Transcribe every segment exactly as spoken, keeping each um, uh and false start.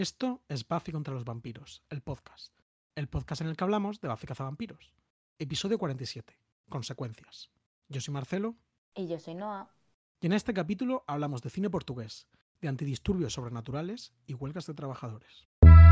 Esto es Buffy contra los vampiros, el podcast. El podcast en el que hablamos de Buffy cazavampiros. Episodio cuarenta y siete. Consecuencias. Yo soy Marcelo. Y yo soy Noa. Y en este capítulo hablamos de cine portugués, de antidisturbios sobrenaturales y huelgas de trabajadores.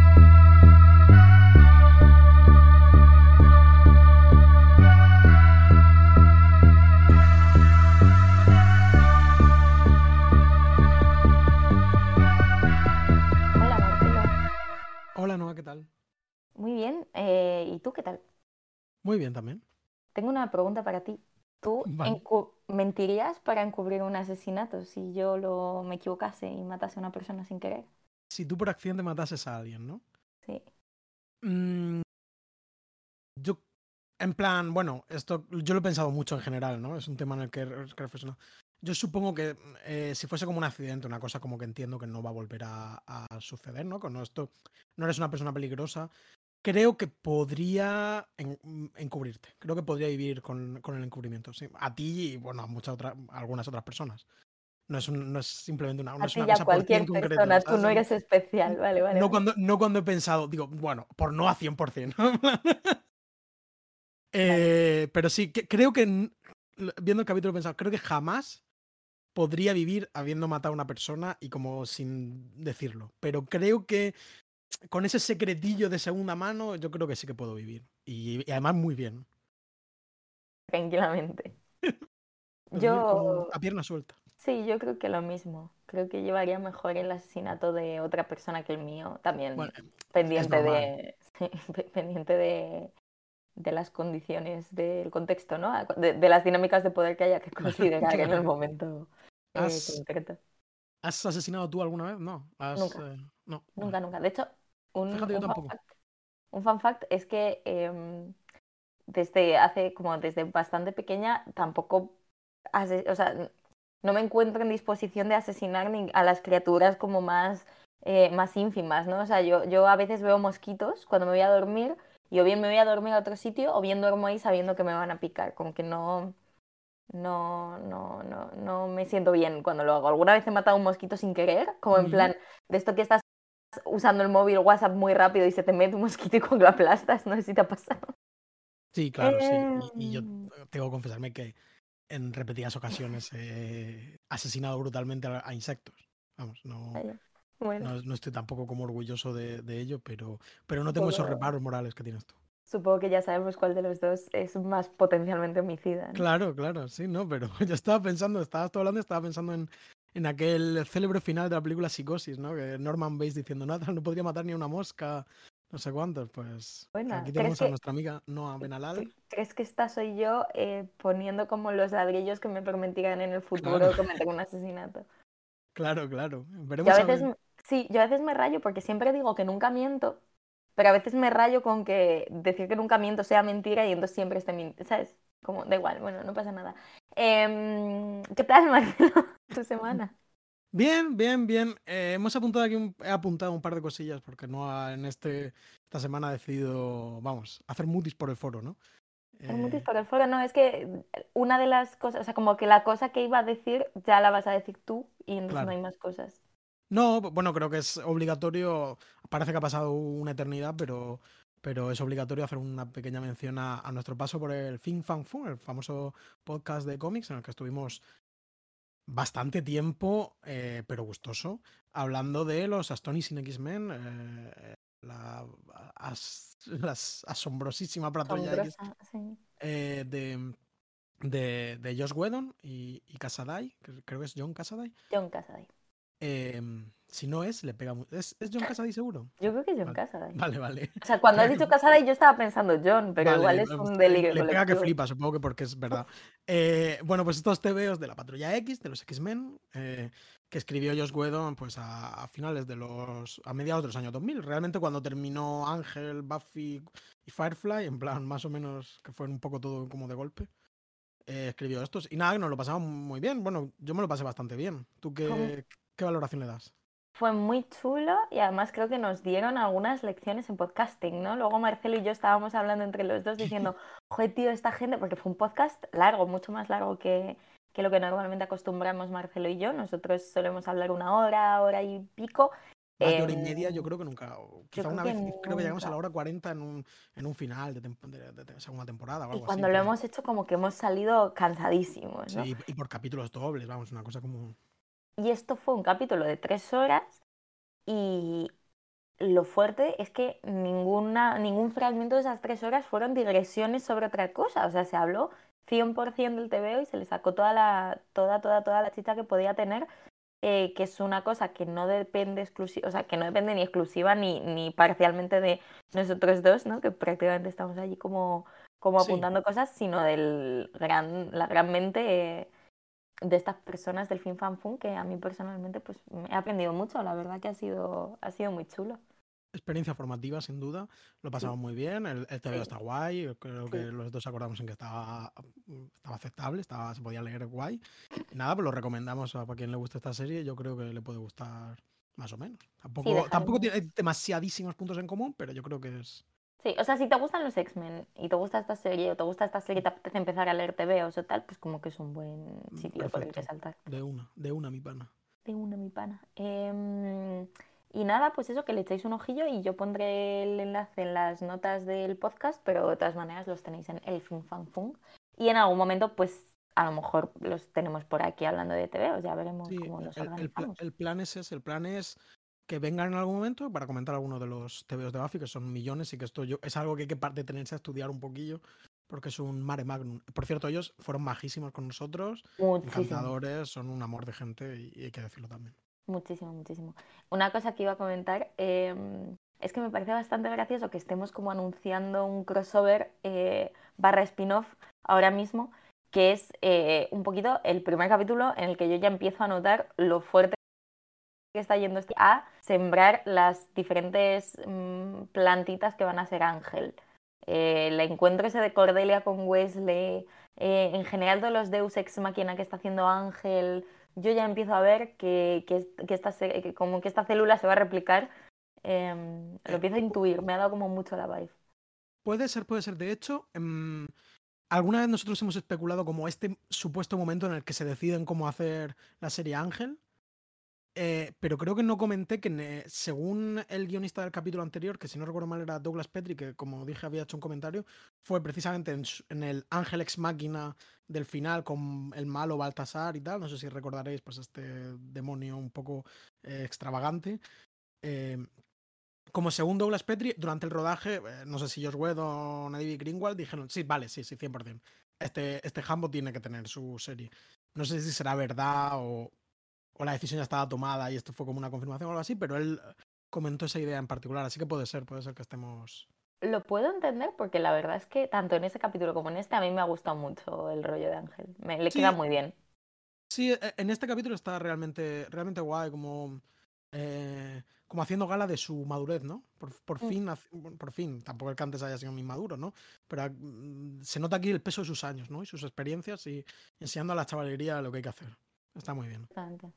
Hola, Marcelo. Hola, Noa, ¿qué tal? Muy bien. Eh, ¿y tú qué tal? Muy bien también. Tengo una pregunta para ti. ¿Tú Vale. encu- mentirías para encubrir un asesinato si yo lo, me equivocase y matase a una persona sin querer? Si tú por accidente matases a alguien, ¿no? Sí. Mm, yo, en plan, bueno, esto yo lo he pensado mucho en general, ¿no? Es un tema en el que he reflexionado. Yo supongo que eh, si fuese como un accidente, una cosa como que entiendo que no va a volver a, a suceder, ¿no? Con esto no eres una persona peligrosa. Creo que podría en, encubrirte. Creo que podría vivir con, con el encubrimiento. Sí. A ti y, bueno, a muchas otras, a algunas otras personas. No es, un, no es simplemente una, no A es ti una ya cosa por ti en cualquier concreto, persona, tú ¿sabes? no eres especial. Vale, vale. No vale. cuando, no cuando he pensado, digo, bueno, por no a cien por cien. Vale. Eh, pero sí, que, creo que viendo el capítulo he pensado, creo que jamás podría vivir habiendo matado a una persona y como sin decirlo. Pero creo que con ese secretillo de segunda mano, yo creo que sí que puedo vivir. Y, y además muy bien. Tranquilamente. Muy, como Yo, a pierna suelta. sí, yo creo que lo mismo. Creo que llevaría mejor el asesinato de otra persona que el mío. Bueno, También es pendiente normal. de, pendiente de de las condiciones del contexto, ¿no? De, de las dinámicas de poder que haya que Claro, considerar en el claro. momento eh, ¿Has, concreto. ¿Has asesinado tú alguna vez? No. ¿Has, Nunca, eh, no, vale. nunca, nunca. De hecho, un, Fíjate, yo un fun tampoco. fact, un fun fact es que eh, desde hace, como desde bastante pequeña, tampoco, ase- o sea, no me encuentro en disposición de asesinar ni a las criaturas como más, eh, más ínfimas, ¿no? O sea, yo, yo a veces veo mosquitos cuando me voy a dormir y o bien me voy a dormir a otro sitio o bien duermo ahí sabiendo que me van a picar, como que no, no, no, no, no me siento bien cuando lo hago. Alguna vez he matado un mosquito sin querer, como en Mm. plan, de esto que estás usando el móvil WhatsApp muy rápido y se te mete un mosquito y cuando lo aplastas, no sé si te ha pasado. Sí, claro, sí. Eh, Y, y yo tengo que confesarme que en repetidas ocasiones he asesinado brutalmente a, a insectos. Vamos, no, vaya, Bueno, no, no estoy tampoco como orgulloso de, de ello, pero, pero no tengo esos supongo, reparos morales que tienes tú. supongo que ya sabemos cuál de los dos es más potencialmente homicida, ¿no? Claro, claro, sí, no, pero yo estaba pensando, estabas tú hablando, estaba pensando en, en aquel célebre final de la película Psicosis, ¿no? Que Norman Bates diciendo, no, no podría matar ni una mosca, no sé cuántos, pues aquí Bueno, ¿crees tenemos a que, nuestra amiga Noa Benalal. cre- ¿crees que esta soy yo eh, poniendo como los ladrillos que me permitirán en el Claro, futuro cometer un asesinato? claro, claro. Yo a Veremos a veces, ver. m- sí, yo a veces me rayo porque siempre digo que nunca miento, pero a veces me rayo con que decir que nunca miento sea mentira y entonces siempre esté mintiendo, ¿sabes? Como, da igual, bueno, no pasa nada. Em, ¿qué tal, Marcelo, tu semana? Bien, bien, bien. Eh, hemos apuntado aquí, un, he apuntado un par de cosillas porque Noa en este, esta semana ha decidido, vamos, hacer mutis por el foro, ¿no? El mutis Eh, por el foro, no, es que una de las cosas, o sea, como que la cosa que iba a decir ya la vas a decir tú y entonces no claro. hay más cosas. No, bueno, creo que es obligatorio. Parece que ha pasado una eternidad, pero, pero es obligatorio hacer una pequeña mención a, a nuestro paso por el Fin Fan Fun, el famoso podcast de cómics en el que estuvimos bastante tiempo, eh, pero gustoso, hablando de los Astonishing X-Men, eh, la, as- las asombrosísima Patrulla X Asombrosa, sí. eh, de, de, de Josh Whedon y, y Cassaday, que creo que es John Cassaday. John Cassaday. Eh, si no es, le pega mucho. ¿Es, ¿Es John Cassaday seguro? Yo creo que es John Vale, Cassaday. vale, vale. O sea, cuando has Pega dicho que- Cassaday yo estaba pensando John, pero Vale, igual le, es un delirio le pega que colectivo. flipa, supongo que porque es verdad. Eh, bueno, pues estos tebeos de la Patrulla X, de los X-Men, eh, que escribió Joss Whedon pues a, a finales de los. A mediados de los años dos mil. Realmente cuando terminó Ángel, Buffy y Firefly, en plan, más o menos, que fue un poco todo como de golpe. Eh, escribió estos. Y nada, que nos lo pasamos muy bien. Bueno, yo me lo pasé bastante bien. ¿Tú Fue, qué, qué valoración le das? fue muy chulo y además creo que nos dieron algunas lecciones en podcasting, ¿no? Luego Marcelo y yo estábamos hablando entre los dos diciendo, joder, tío, esta gente, porque fue un podcast largo, mucho más largo que, que lo que normalmente acostumbramos Marcelo y yo. Nosotros solemos hablar una hora, hora y pico. Más de hora y Em, media yo creo que nunca, o yo quizá creo una que vez, creo que llegamos a nunca. la hora cuarenta en un, en un final de, temp- de- de- de segunda temporada o Y algo así, cuando lo pero hemos hecho como que hemos salido cansadísimos, ¿no? sí, y por capítulos dobles, vamos, una cosa como... Y esto fue un capítulo de tres horas y lo fuerte es que ninguna, ningún fragmento de esas tres horas fueron digresiones sobre otra cosa. O sea, se habló cien por ciento del T V O y se le sacó toda la, toda, toda, toda la chicha que podía tener, eh, que es una cosa que no depende exclusiva, o sea, que no depende ni exclusiva ni, ni parcialmente de nosotros dos, ¿no? Que prácticamente estamos allí como, como Sí, apuntando cosas, sino del gran, la gran mente eh, de estas personas del Fin Fan Fun, que a mí personalmente pues me he aprendido mucho, la verdad que ha sido, ha sido muy chulo. experiencia formativa, sin duda. Lo Sí, pasamos muy bien. El, el T V O sí, está guay. Creo que sí. los dos acordamos en que estaba, estaba aceptable, estaba, se podía leer guay. Y nada, pues lo recomendamos a para quien le guste esta serie. Yo creo que le puede gustar más o menos. Sí, Tampoco, tampoco dejaremos. tiene demasiadísimos puntos en común, pero yo creo que es. Sí, o sea, si te gustan los X-Men y te gusta esta serie o te gusta esta serie y te apetece empezar a leer T V Os o tal, pues como que es un buen mm, sitio por el que Perfecto. saltar. De una, de una, mi pana. De una, mi pana. Em, y nada, pues eso, que le echéis un ojillo y yo pondré el enlace en las notas del podcast, pero de todas maneras los tenéis en el Fin Fan Fun. Y en algún momento, pues a lo mejor los tenemos por aquí hablando de T V Os, ya veremos Sí, cómo nos el, el pla- organizamos. el plan es ese. El plan es que vengan en algún momento para comentar alguno de los T V Os de Buffy, que son millones y que esto yo, es algo que hay que par- detenerse a estudiar un poquillo, porque es un mare magnum. Por cierto, ellos fueron majísimos con nosotros, Muchísimo. encantadores, son un amor de gente y, y hay que decirlo también. Muchísimo, muchísimo. Una cosa que iba a comentar em, es que me parece bastante gracioso que estemos como anunciando un crossover eh, barra spin-off ahora mismo, que es eh, un poquito el primer capítulo en el que yo ya empiezo a notar lo fuerte que está yendo este a sembrar las diferentes mm, plantitas que van a ser Ángel. Eh, el encuentro ese de Cordelia con Wesley, eh, en general todos los Deus Ex Machina que está haciendo Ángel, yo ya empiezo a ver que, que, que esta, que como que esta célula se va a replicar. Eh, lo Eh, empiezo a intuir, me ha dado como mucho la vibe. puede ser, puede ser. De hecho, em, alguna vez nosotros hemos especulado como este supuesto momento en el que se deciden cómo hacer la serie Ángel. Eh, pero creo que no comenté que ne- según el guionista del capítulo anterior, que si no recuerdo mal era Douglas Petrie, que como dije había hecho un comentario, fue precisamente en, su- en el Ángel Ex Máquina del final con el malo Baltasar y tal, no sé si recordaréis pues este demonio un poco eh, extravagante. Eh, como según Douglas Petrie, durante el rodaje, eh, no sé si Josh Whedon o David Greenwald dijeron, sí, vale, sí, sí, cien por ciento. Este, este Hambo tiene que tener su serie. No sé si será verdad o, o la decisión ya estaba tomada y esto fue como una confirmación o algo así, pero él comentó esa idea en particular, así que puede ser, puede ser que estemos... Lo puedo entender porque la verdad es que tanto en ese capítulo como en este a mí me ha gustado mucho el rollo de Ángel. Me, le queda Sí, muy bien. sí, e- en este capítulo está realmente, realmente guay, como, eh, como haciendo gala de su madurez, ¿no? Por, por Mm, fin, hace- bueno, por fin, tampoco el que antes haya sido muy maduro, ¿no? Pero mm, se nota aquí el peso de sus años, ¿no? Y sus experiencias y enseñando a la chavalería lo que hay que hacer. Está muy bien. bastante.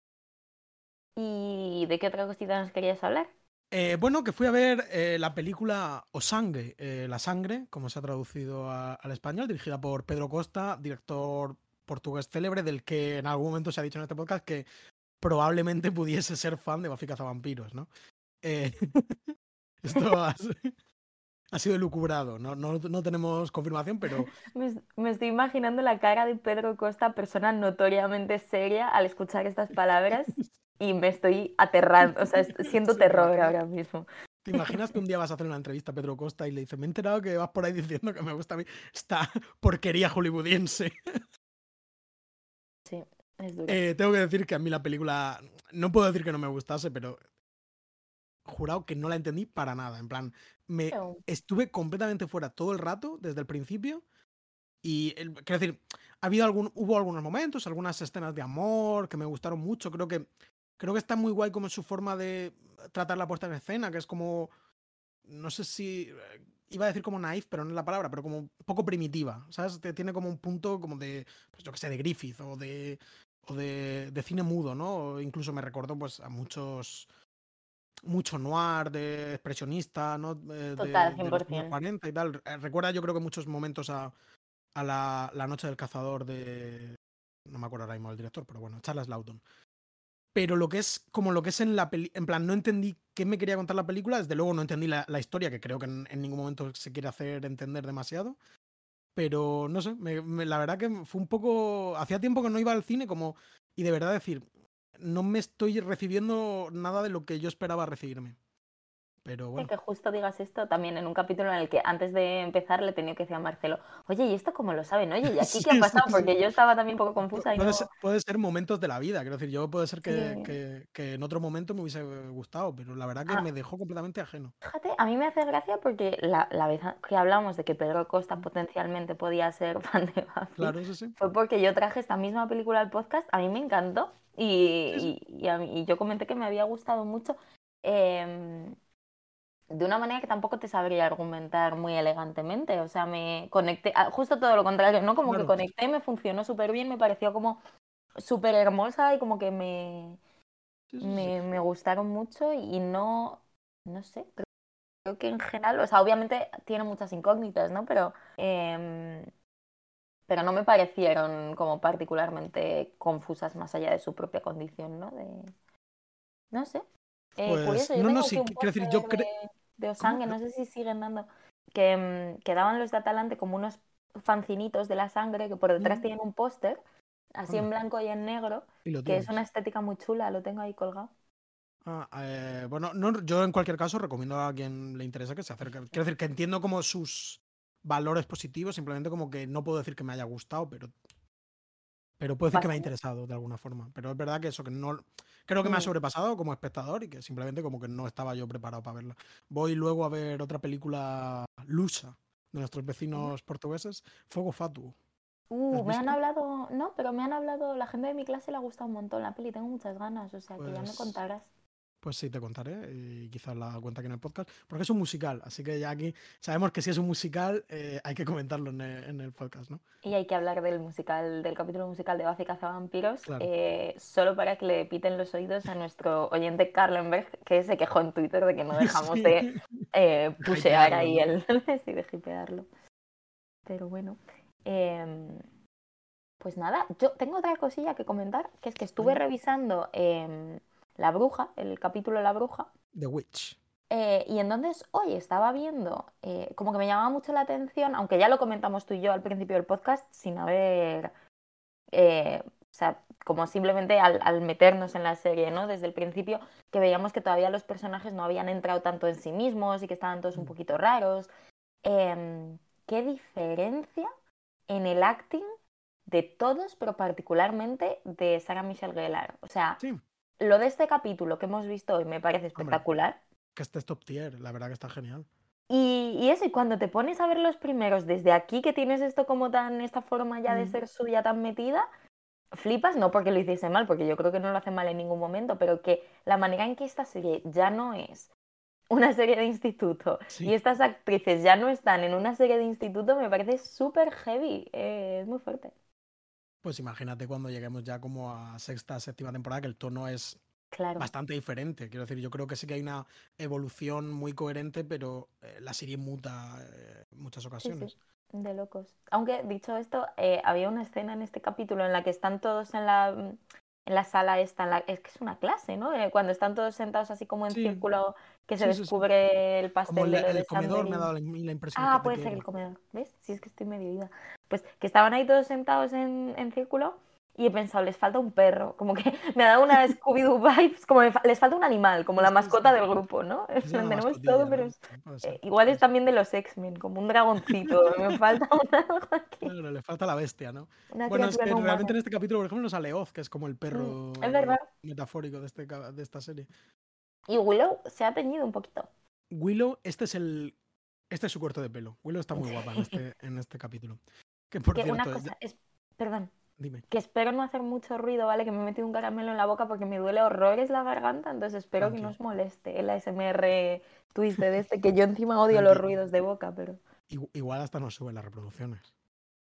¿Y de qué otra cosita nos querías hablar? Eh, bueno, que fui a ver eh, la película O Sangue, eh, La Sangre, como se ha traducido a- al español, dirigida por Pedro Costa, director portugués célebre, del que en algún momento se ha dicho en este podcast que probablemente pudiese ser fan de Buffy Cazavampiros, ¿no? Eh, esto ha, ha sido elucubrado, ¿no? No, no tenemos confirmación, pero Me, es- me estoy imaginando la cara de Pedro Costa, persona notoriamente seria, al escuchar estas palabras y me estoy aterrando, o sea, est- siento sí, ¿te terror imaginas? ahora mismo. ¿Te imaginas que un día vas a hacer una entrevista a Pedro Costa y le dices, me he enterado que vas por ahí diciendo que me gusta a mí esta porquería hollywoodiense? Sí, es duro. Eh, tengo que decir que a mí la película, no puedo decir que no me gustase, pero jurado que no la entendí para nada. En plan, me Pero, estuve completamente fuera todo el rato, desde el principio. Y, el- quiero decir, ha habido algún, hubo algunos momentos, algunas escenas de amor que me gustaron mucho. Creo que, creo que está muy guay como en su forma de tratar la puesta en escena, que es como, no sé si, eh, iba a decir como naif, pero no es la palabra, pero como un poco primitiva, ¿sabes? Te- Tiene como un punto como de, pues yo que sé, de Griffith o de, o de, de cine mudo, ¿no? O incluso me recordó pues a muchos mucho noir, de expresionista, ¿no? Eh, total, de, de los años cien por ciento. cuarenta y tal. Eh, Recuerda, yo creo que muchos momentos a, a la, la Noche del Cazador de. No me acuerdo ahora mismo el director, pero bueno, Charles Lawton. Pero lo que es, como lo que es en la peli, en plan, no entendí qué me quería contar la película, desde luego no entendí la, la historia, que creo que en, en ningún momento se quiere hacer entender demasiado. Pero no sé, me, me, la verdad que fue un poco. Hacía tiempo que no iba al cine, como. Y de verdad decir, no me estoy recibiendo nada de lo que yo esperaba recibirme. Pero bueno. Que justo digas esto también en un capítulo en el que antes de empezar le tenía que decir a Marcelo, oye, ¿y esto cómo lo saben? Oye, ¿y aquí Sí, qué ha sí, pasado? sí. Porque yo estaba también un poco confusa y Puede no... ser, puede ser momentos de la vida, quiero decir, yo puede ser que, Sí. que, que en otro momento me hubiese gustado, pero la verdad que Ah, me dejó completamente ajeno. fíjate, a mí me hace gracia porque la, la vez que hablamos de que Pedro Costa potencialmente podía ser fan de Buffy Claro, eso sí. fue porque yo traje esta misma película al podcast, a mí me encantó Sí, sí. y, y, y a mí- y yo comenté que me había gustado mucho. em, de una manera que tampoco te sabría argumentar muy elegantemente, o sea, me conecté, ah, justo todo lo contrario, ¿no? Como que Claro. conecté, me funcionó súper bien, me pareció como súper hermosa y como que me, Sí, sí, sí. me, me gustaron mucho y no, no sé, creo, creo que en general, o sea, obviamente tiene muchas incógnitas, ¿no? Pero, em, pero no me parecieron como particularmente confusas más allá de su propia condición, ¿no? De, no sé. Eh, Pues, curioso, yo no, no, tengo aquí sí, un quiero póster decir, yo de, creo. de ¿Cómo? Osangue, no sé si siguen dando, que, mm, que daban los de Atalante como unos fancinitos de la sangre que por detrás Mm, tienen un póster, así en anda, blanco y en negro, y lo que es una tienes. estética muy chula, lo tengo ahí colgado. Ah, eh, bueno, no, yo en cualquier caso recomiendo a quien le interese que se acerque. Quiero decir que entiendo como sus valores positivos, simplemente como que no puedo decir que me haya gustado, pero, pero puedo decir que me ha Bastante. interesado de alguna forma. Pero es verdad que eso, que no. Creo que me ha Mm. sobrepasado como espectador y que simplemente como que no estaba yo preparado para verla. Voy luego a ver otra película lusa de nuestros vecinos portugueses, Fuego Fatuo. ¿La Uh, has me han visto? hablado, no, pero me han hablado, la gente de mi clase le ha gustado un montón la peli, tengo muchas ganas, o sea que ya me Pues contarás. Pues sí, te contaré y quizás la cuenta aquí en el podcast, porque es un musical, así que ya aquí sabemos que si es un musical eh, hay que comentarlo en el, en el podcast, ¿no? Y hay que hablar del musical, del capítulo musical de Buffy Cazavampiros, Claro. eh, solo para que le piten los oídos a nuestro oyente Carlenberg, que se quejó en Twitter de que no dejamos Sí. de eh, De pushear hypearlo, ahí ¿no? el sí, de hipearlo. Pero bueno. em, pues nada, yo tengo otra cosilla que comentar, que es que estuve Venga. revisando em, La Bruja, el capítulo La Bruja, The Witch. eh, y entonces hoy estaba viendo, eh, como que me llamaba mucho la atención, aunque ya lo comentamos tú y yo al principio del podcast, sin haber eh, o sea, como simplemente al, al, meternos en la serie, ¿no? Desde el principio, que veíamos que todavía los personajes no habían entrado tanto en sí mismos y que estaban todos un poquito raros. Eh, ¿Qué diferencia en el acting de todos, pero particularmente de Sarah Michelle Gellar? O sea, Sí, lo de este capítulo que hemos visto hoy me parece hombre, espectacular. que este es top tier, la verdad que está genial. Y, y eso, y cuando te pones a ver los primeros desde aquí, que tienes esto como tan, esta forma ya de Mm. ser suya tan metida, flipas, no porque lo hiciese mal, porque yo creo que no lo hace mal en ningún momento, pero que la manera en que esta serie ya no es una serie de instituto y Sí, estas actrices ya no están en una serie de instituto me parece súper heavy, eh, es muy fuerte. pues imagínate cuando lleguemos ya como a sexta, séptima temporada, que el tono es Claro, bastante diferente. Quiero decir, yo creo que sí que hay una evolución muy coherente, pero eh, la serie muta eh, en muchas sí, sí, ocasiones. de locos. Aunque dicho esto, eh, había una escena en este capítulo en la que están todos en la, en la sala esta, en la, es que es una clase, ¿no? Eh, cuando están todos sentados así como en Sí, círculo, que se sí, sí, sí. descubre el Como pastel el, de lo de el Sander comedor me ha y... dado la, la impresión que- Ah, de puede que ser era. el comedor, ¿ves? Si es que estoy medio ida. Pues que estaban ahí todos sentados en, en círculo y he pensado, les falta un perro. Como que me ha dado una Scooby-Doo vibes, como me fa- les falta un animal, como Sí, la sí, mascota sí. del grupo, ¿no? En Esa es plan, la tenemos todo, mascotilla, pero ¿no? es- Puede ser, eh, igual puede es ser. también de los X-Men, como un dragoncito. Me falta un algo aquí, Claro, le falta la bestia, ¿no? una Bueno, es criatura que no realmente humana. en este capítulo, por ejemplo, nos sale Oz, que es como el Mm, es perro verdad. metafórico de, este, ca- de esta serie. Y Willow se ha teñido un poquito. Willow, este es el. Este es su corte de pelo. Willow está muy guapa en Sí. este, en este capítulo. Que por Que una cierto, ya- cosa, es, perdón, dime. que espero no hacer mucho ruido, ¿vale? Que me he metido un caramelo en la boca porque me duele horrores la garganta, entonces espero que no Tranqui, os moleste el A S M R twist de este, que yo encima odio los tranqui. ruidos de boca, pero... Igu- Igual hasta nos suben las reproducciones.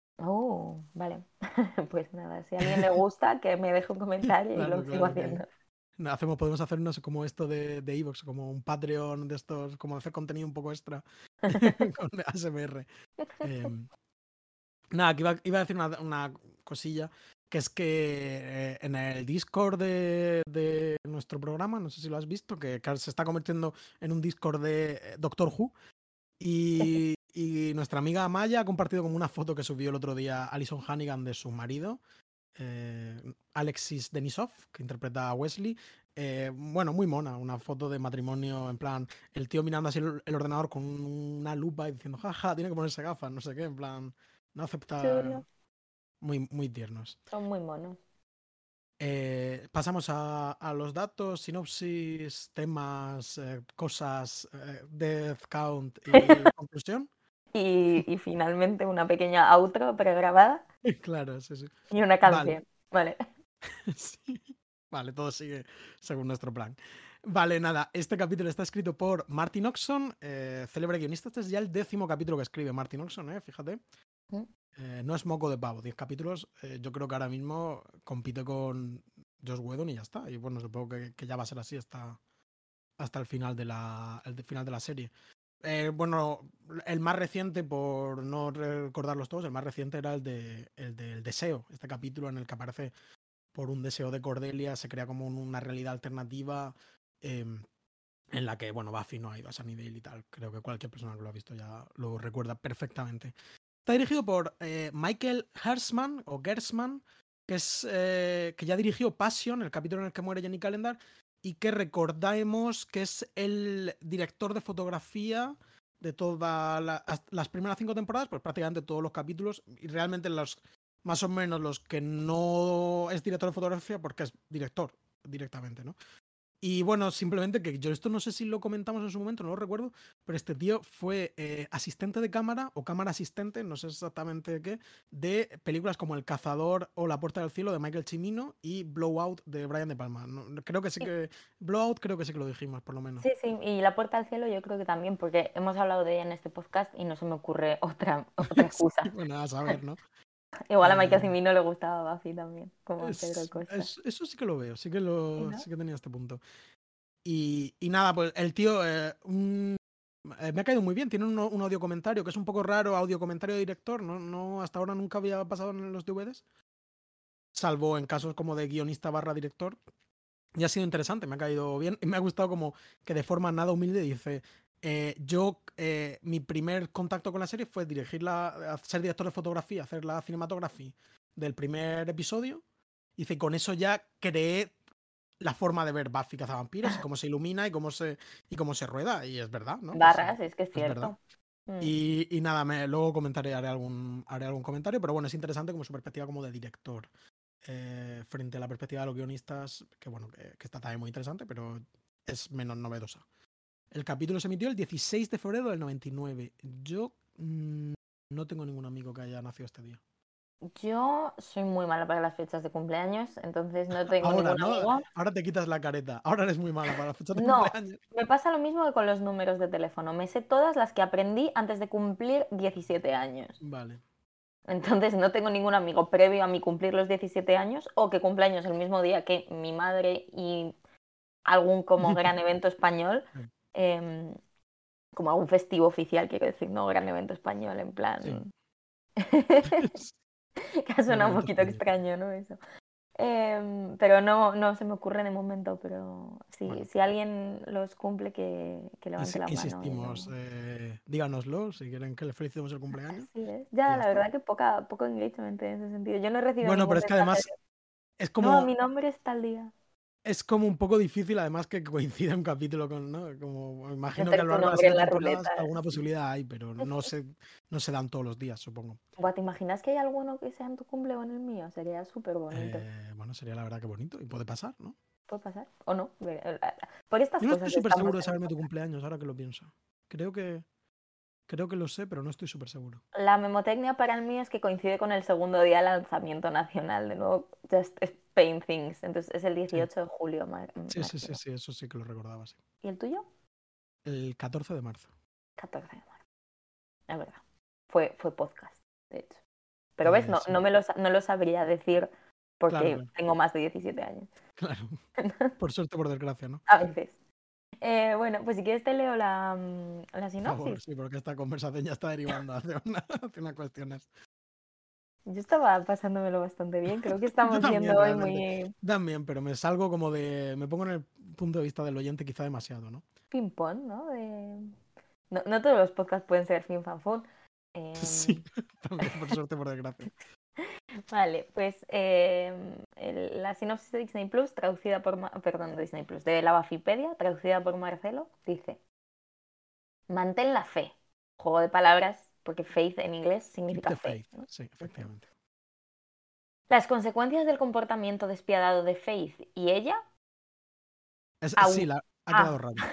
Oh, vale. Pues nada, si a alguien le gusta, que me deje un comentario y Claro, lo sigo claro que. haciendo. No, hacemos, podemos hacernos como esto de, de Evox, como un Patreon de estos, como hacer contenido un poco extra con A S M R. Em, Nada, que iba, iba a decir una, una cosilla, que es que eh, en el Discord de, de nuestro programa, no sé si lo has visto, que, que se está convirtiendo en un Discord de eh, Doctor Who, y, y nuestra amiga Amaya ha compartido como una foto que subió el otro día Alison Hannigan de su marido, eh, Alexis Denisov, que interpreta a Wesley. Eh, bueno, muy mona, una foto de matrimonio, en plan, el tío mirando así el, el ordenador con una lupa y diciendo, jaja, tiene que ponerse gafas, no sé qué, en plan, no acepta, Chulo. muy, muy tiernos. Son muy monos. Eh, pasamos a, a los datos, sinopsis, temas, eh, cosas, eh, death count y conclusión. Y, y finalmente una pequeña outro pregrabada Claro, sí, sí. y una Vale. canción. Vale. Sí. Vale, todo sigue según nuestro plan. Vale, nada, este capítulo está escrito por Martin Oxon, eh, célebre guionista. Este es ya el décimo capítulo que escribe Martin Oxon, eh, fíjate. ¿Mm? Eh, no es moco de pavo, diez capítulos. Eh, yo creo que ahora mismo compite con Joss Whedon y ya está. Y bueno, supongo que, que ya va a ser así hasta, hasta el final de la, el final de la serie. Eh, bueno, el más reciente, por no recordarlos todos, el más reciente era el, de, el del deseo, este capítulo en el que aparece por un deseo de Cordelia, se crea como una realidad alternativa eh, en la que, bueno, Buffy no ha ido a Sunnydale y tal. Creo que cualquier persona que lo ha visto ya lo recuerda perfectamente. Está dirigido por eh, Michael Hersman, o Gersman, que, es, eh, que ya dirigió Passion, el capítulo en el que muere Jenny Calendar, y que recordemos que es el director de fotografía de todas la, las primeras cinco temporadas, pues prácticamente todos los capítulos, y realmente los más o menos los que no es director de fotografía porque es director directamente, ¿no? Y bueno, simplemente que yo esto no sé si lo comentamos en su momento, no lo recuerdo, pero este tío fue eh, asistente de cámara o cámara asistente, no sé exactamente qué, de películas como El Cazador o La Puerta del Cielo de Michael Cimino y Blowout de Brian De Palma. No, creo que sí que... Blowout creo que sí que lo dijimos, por lo menos. Sí, sí, y La Puerta al Cielo yo creo que también, porque hemos hablado de ella en este podcast y no se me ocurre otra, otra excusa. Sí, bueno, a saber, ¿no? Igual a Michael Eh, Cimino le gustaba Buffy también, como a Pedro es, Costa. es, eso sí que lo veo, sí que, ¿Sí, lo, no? sí que tenía este punto. Y, y nada, pues el tío eh, un, eh, me ha caído muy bien. Tiene un, un audio comentario que es un poco raro, audio comentario de director. No, no, hasta ahora nunca había pasado en los D V Ds, salvo en casos como de guionista barra director. Y ha sido interesante, me ha caído bien. Y me ha gustado como que de forma nada humilde dice: eh, yo, eh, mi primer contacto con la serie fue dirigirla, ser director de fotografía, hacer la cinematografía del primer episodio. Dice, con eso ya creé la forma de ver Buffy cazavampiros y cómo se ilumina y cómo se, y cómo se rueda. Y es verdad, ¿no? Pues, Barras, es que es es verdad. cierto. Mm. Y, y nada, me, luego comentaré, haré algún, haré algún comentario, pero bueno, es interesante como su perspectiva como de director eh, frente a la perspectiva de los guionistas, que bueno, que, que está también muy interesante, pero es menos novedosa. El capítulo se emitió el dieciséis de febrero del noventa y nueve. Yo mmm, no tengo ningún amigo que haya nacido este día. Yo soy muy mala para las fechas de cumpleaños, entonces no tengo Ahora, ningún ¿no? amigo. Ahora te quitas la careta. Ahora eres muy mala para las fechas de No, cumpleaños. me pasa lo mismo que con los números de teléfono. Me sé todas las que aprendí antes de cumplir diecisiete años. Vale. Entonces no tengo ningún amigo previo a mi cumplir los diecisiete años o que cumpleaños el mismo día que mi madre y algún como gran evento español, eh, como algún festivo oficial, quiero decir, no gran evento español, en Sí. plan... que ha Gran sonado un evento poquito español. extraño, ¿no? Eso. Eh, pero no, no se me ocurre de momento, pero sí, Bueno, si alguien los cumple, que, que levante ins- la mano. y insistimos, lo- eh, díganoslo si quieren que le felicitemos el cumpleaños. Así es. Y Ya, ya la está. verdad que poca, poco engagement en ese sentido. Yo no he recibido Bueno, ningún pero es que mensaje además de, es no, mi como, nombre está al día. es como un poco difícil, además que coincida un capítulo con, ¿no? Como imagino que a Meter lo tu largo de las nombre en siguientes la temporadas ruleta. alguna posibilidad hay, pero Sí, no sí. se, no se dan todos los días, supongo. Buah, ¿te imaginas que hay alguno que sea en tu cumple o en el mío? Sería súper bonito. Eh, bueno, sería la verdad que bonito y puede pasar, ¿no? ¿Puede pasar? ¿O no? Por estas Yo no estoy cosas súper estamos seguro de en el saberme tu podcast. cumpleaños, ahora que lo pienso. Creo que, creo que lo sé, pero no estoy súper seguro. La memotecnia para el mío es que coincide con el segundo día del lanzamiento nacional. De nuevo, Just Spain Things. Entonces es el Sí, dieciocho de julio, me, sí, me sí, sí, refiero. sí, eso sí que lo recordaba, sí. ¿Y el tuyo? El catorce de marzo. catorce de marzo. Es verdad. Fue, fue podcast, de hecho. Pero ves, Eh, no, no sí, me lo, sa- no lo sabría decir claro, porque claro, tengo más de diecisiete años. claro. Por suerte, por desgracia, ¿no? A veces. Eh, bueno, pues si quieres te leo la, mm, la Por favor, sinopsis. sí, porque esta conversación ya está derivando hacia una, hacia una cuestiones. Yo estaba pasándomelo bastante bien. Creo que Yo estamos también, siendo hoy realmente. muy También, pero me salgo como de. Me pongo en el punto de vista del oyente quizá demasiado, ¿no? ping-pong, ¿no? De... No, no todos los podcasts pueden ser fin fan fun. Sí, Em, también, por suerte, por desgracia. Vale, pues em, el- la sinopsis de Disney Plus, traducida por... Ma- Perdón, de Disney Plus, de la Bafipedia, traducida por Marcelo, dice: Mantén la fe. Juego de palabras, porque faith en inglés Keep significa the fe, faith. ¿no? Sí, efectivamente. Las consecuencias del comportamiento despiadado de Faith y ella Es- sí, aún... la, ha quedado Ah. raro.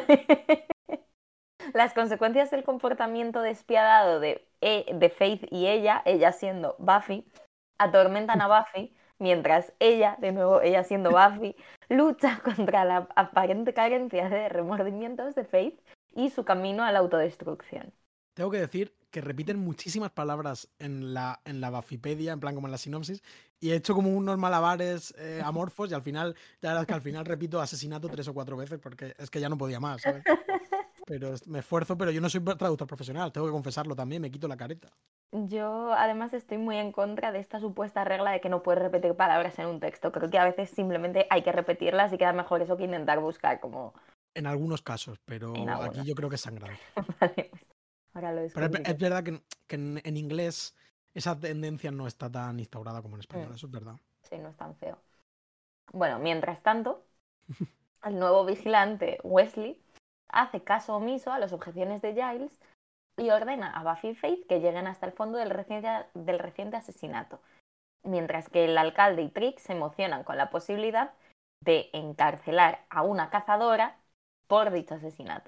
Las consecuencias del comportamiento despiadado de, e- de Faith y ella, ella siendo Buffy, atormentan a Buffy, mientras ella, de nuevo ella siendo Buffy, lucha contra la aparente carencia de remordimientos de Faith y su camino a la autodestrucción. Tengo que decir que repiten muchísimas palabras en la, en la Bafipedia, en plan como en la sinopsis, y he hecho como unos malabares eh, amorfos y al final, la verdad es que al final repito asesinato tres o cuatro veces porque es que ya no podía más, ¿sabes? Pero es- me esfuerzo, pero yo no soy traductor profesional, tengo que confesarlo también, me quito la careta. Yo además estoy muy en contra de esta supuesta regla de que no puedes repetir palabras en un texto. Creo que a veces simplemente hay que repetirlas y queda mejor eso que intentar buscar como En algunos casos, en pero aquí algunos yo creo que es casos. sangrante. Vale, pues ahora lo Pero es, es descubriré. verdad que, que en, en inglés esa tendencia no está tan instaurada como en español, Mm, eso es verdad. sí, no es tan feo. Bueno, mientras tanto, el nuevo vigilante, Wesley, hace caso omiso a las objeciones de Giles y ordena a Buffy y Faith que lleguen hasta el fondo del reciente, del reciente asesinato, mientras que el alcalde y Trix se emocionan con la posibilidad de encarcelar a una cazadora por dicho asesinato.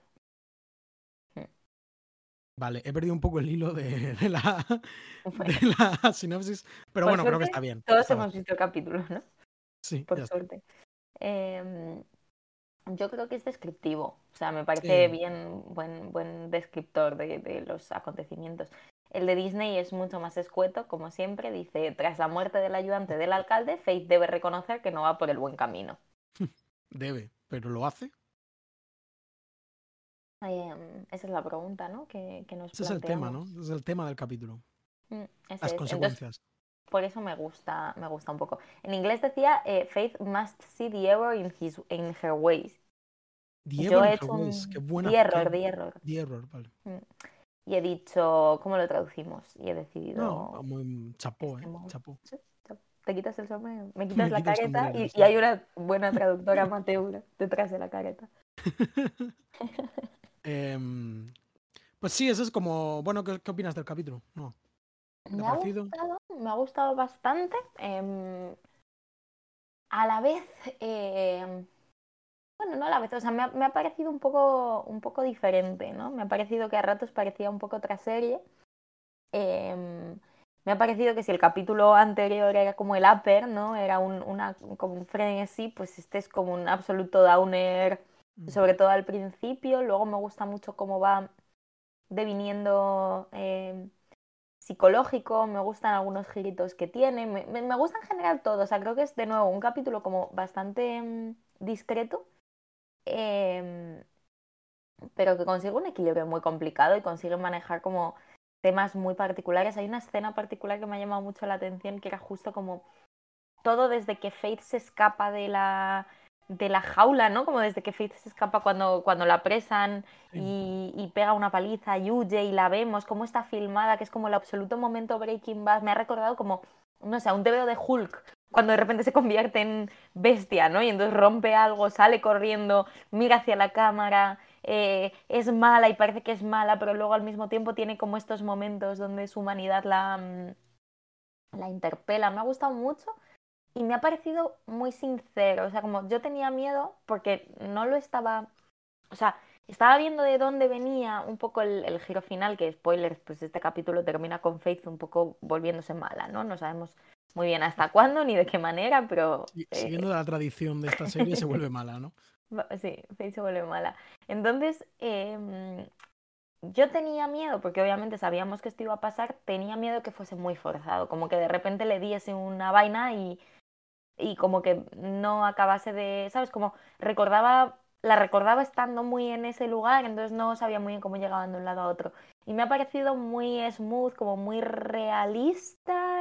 Vale, he perdido un poco el hilo de, de la, de Bueno, la sinopsis, pero por bueno, creo que está suerte, bien. todos Está hemos bastante. visto el capítulo, ¿no? Sí, Por ya está. suerte. Eh, yo creo que es descriptivo, o sea, me parece Sí, bien buen, buen descriptor de, de los acontecimientos. El de Disney es mucho más escueto, como siempre, dice: tras la muerte del ayudante del alcalde, Faith debe reconocer que no va por el buen camino. debe, pero lo hace. Eh, esa es la pregunta, ¿no? que, que nos Ese es el tema, planteamos. ¿no? Ese es el tema del capítulo. Mm, Las ese es. Entonces, consecuencias. por eso me gusta, me gusta un poco. En inglés decía eh, Faith must see the error in, his, in her ways. The Yo Error he in Her hecho Ways. Qué un... buena. The Qué... error, the error. The Error, vale. Mm. Y he dicho, ¿cómo lo traducimos? Y he No, decidido muy chapó, este ¿eh? modo. Chapó. Sí, chao. Te quitas el sombrero, me quitas Me la quito el careta sombrero, y, y sí. hay una buena traductora amateur detrás de la careta. Em, pues sí, eso es como. Bueno, ¿qué, qué opinas del capítulo? No. ¿Te ha Me ha parecido? gustado, me ha gustado bastante. em, a la vez, em, bueno, no a la vez, o sea, me ha, me ha parecido un poco, un poco diferente, ¿no? Me ha parecido que a ratos parecía un poco otra serie. Em, me ha parecido que si el capítulo anterior era como el upper, ¿no? Era un, una, como un frenesí, pues este es como un absoluto downer, Mm. sobre todo al principio. Luego me gusta mucho cómo va deviniendo eh, psicológico, me gustan algunos giritos que tiene, me, me, me gusta en general todo. O sea, creo que es de nuevo un capítulo como bastante mm, discreto, eh, pero que consigue un equilibrio muy complicado y consigue manejar como temas muy particulares. Hay una escena particular que me ha llamado mucho la atención, que era justo como todo desde que Faith se escapa de la, de la jaula, ¿no? Como desde que Faith se escapa cuando, cuando la apresan Sí. y, y pega una paliza y huye y la vemos, cómo está filmada, que es como el absoluto momento Breaking Bad. Me ha recordado como, no sé, un T V O de Hulk, cuando de repente se convierte en bestia, ¿no? Y entonces rompe algo, sale corriendo, mira hacia la cámara, eh, es mala y parece que es mala, pero luego al mismo tiempo tiene como estos momentos donde su humanidad la, mm, la interpela. Me ha gustado mucho y me ha parecido muy sincero. O sea, como yo tenía miedo porque no lo estaba... O sea, estaba viendo de dónde venía un poco el, el giro final, que spoilers, pues este capítulo termina con Faith un poco volviéndose mala, ¿no? No sabemos muy bien hasta cuándo ni de qué manera, pero Sí, eh, siguiendo la tradición de esta serie, se vuelve mala, ¿no? va- sí, Faith se vuelve mala. Entonces, em, yo tenía miedo, porque obviamente sabíamos que esto iba a pasar, tenía miedo que fuese muy forzado, como que de repente le diese una vaina y, y como que no acabase de, ¿sabes? Como recordaba, la recordaba estando muy en ese lugar, entonces no sabía muy bien cómo llegaban de un lado a otro. Y me ha parecido muy smooth, como muy realista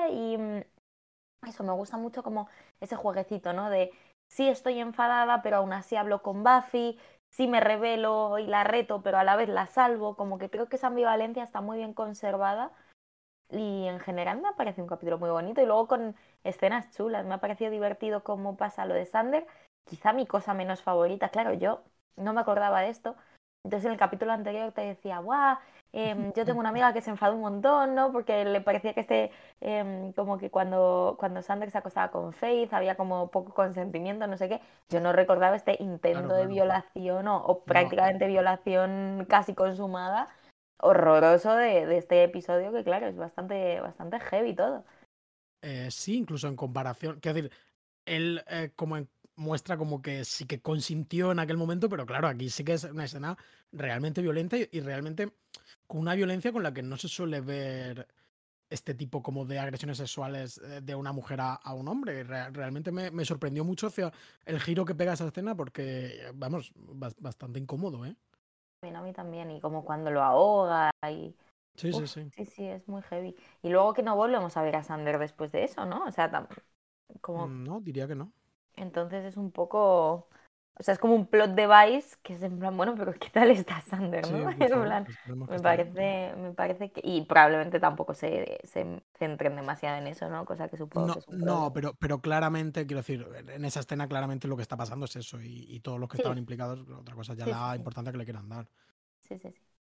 mola y mm, eso, me gusta mucho como ese jueguecito, ¿no? De sí estoy enfadada, pero aún así hablo con Buffy, sí me rebelo y la reto, pero a la vez la salvo. Como que creo que esa ambivalencia está muy bien conservada y en general me ha parecido un capítulo muy bonito y luego con escenas chulas. Me ha parecido divertido cómo pasa lo de Xander. Quizá mi cosa menos favorita, claro, yo no me acordaba de esto. Entonces en el capítulo anterior te decía, guau, eh, yo tengo una amiga que se enfadó un montón, ¿no? Porque le parecía que este, eh, como que cuando, cuando Xander se acostaba con Faith había como poco consentimiento, no sé qué. Yo no recordaba este Claro, intento de claro. violación o, o No, prácticamente violación casi consumada, horroroso de, de este episodio, que claro, es bastante, bastante heavy todo. eh, sí, incluso en comparación. Quiero decir, él eh, como en- muestra como que sí que consintió en aquel momento, pero claro, aquí sí que es una escena realmente violenta y, y realmente con una violencia con la que no se suele ver este tipo como de agresiones sexuales eh, de una mujer a, a un hombre. Re- realmente me, me sorprendió mucho hacia el giro que pega esa escena porque, vamos, bas- bastante incómodo, ¿eh? A mí también, y como cuando lo ahoga y... Sí, sí, Uf, sí. sí, sí, es muy heavy. Y luego que no volvemos a ver a Sander después de eso, ¿no? O sea, tam- como... Mm, No, diría que no. Entonces es un poco... O sea, es como un plot device que es en plan, bueno, pero ¿qué tal está Sander, no? Sí, por En favor, plan, esperemos que me esté bien. parece, me parece que... Y probablemente tampoco se, se centren demasiado en eso, ¿no? Cosa que supongo que No, es un no, problema. pero, pero claramente, quiero decir, en esa escena claramente lo que está pasando es eso y, y todos los que estaban Sí, implicados, otra cosa, ya sí, sí, la sí. importancia que le quieran dar. Sí, sí, sí.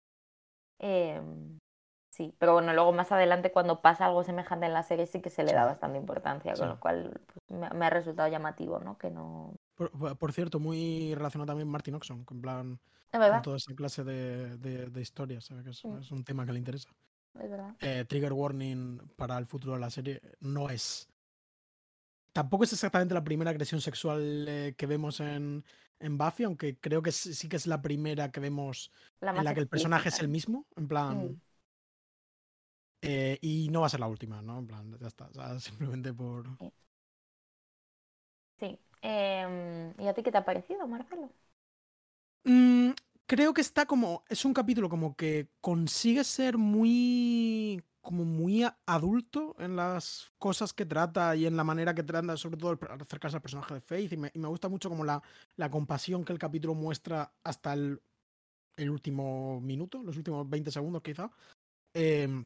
Em, sí, pero bueno, luego más adelante cuando pasa algo semejante en la serie sí que se le da Sí, bastante importancia, con sí. lo cual pues, me, me ha resultado llamativo, ¿no? Que no... Por, por- por cierto, muy relacionado también Martin Oxon, con plan, Es con verdad, toda esa clase de, de, de historias, ¿sabe? Que es, mm, es un tema que le interesa. es verdad. Eh, trigger warning para el futuro de la serie no es. Tampoco es exactamente la primera agresión sexual eh, que vemos en, en Buffy, aunque creo que sí, sí que es la primera que vemos La en más la que el personaje es explícita, el ¿no? mismo, en Mm, plan. Eh, y no va a ser la última, ¿no? En plan, ya está. O sea, simplemente por. sí. Sí. Em, ¿y a ti qué te ha parecido, Marcelo? Mm, creo que está como. Es un capítulo como que consigue ser muy. Como muy a- adulto en las cosas que trata y en la manera que trata, sobre todo al acercarse al personaje de Faith. Y me, y me gusta mucho como la, la compasión que el capítulo muestra hasta el, el último minuto, los últimos veinte segundos quizá. Eh,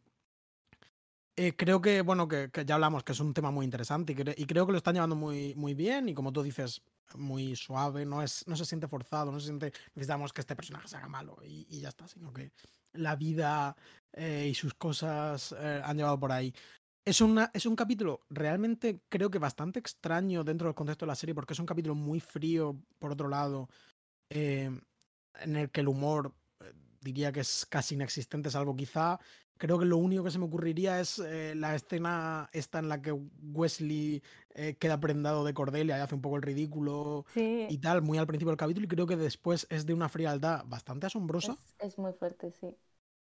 Eh, creo que, bueno, que, que ya hablamos, que es un tema muy interesante y, cre- y creo que lo están llevando muy, muy bien y como tú dices, muy suave, no, es, no se siente forzado, no se siente, necesitamos que este personaje se haga malo y, y ya está, sino que la vida eh, y sus cosas eh, han llevado por ahí. Es, una, es un capítulo realmente creo que bastante extraño dentro del contexto de la serie porque es un capítulo muy frío, por otro lado, eh, en el que el humor eh, diría que es casi inexistente, salvo quizá, creo que lo único que se me ocurriría es eh, la escena esta en la que Wesley eh, queda prendado de Cordelia y hace un poco el ridículo Sí, y tal, muy al principio del capítulo, y creo que después es de una frialdad bastante asombrosa. es, es muy fuerte, sí.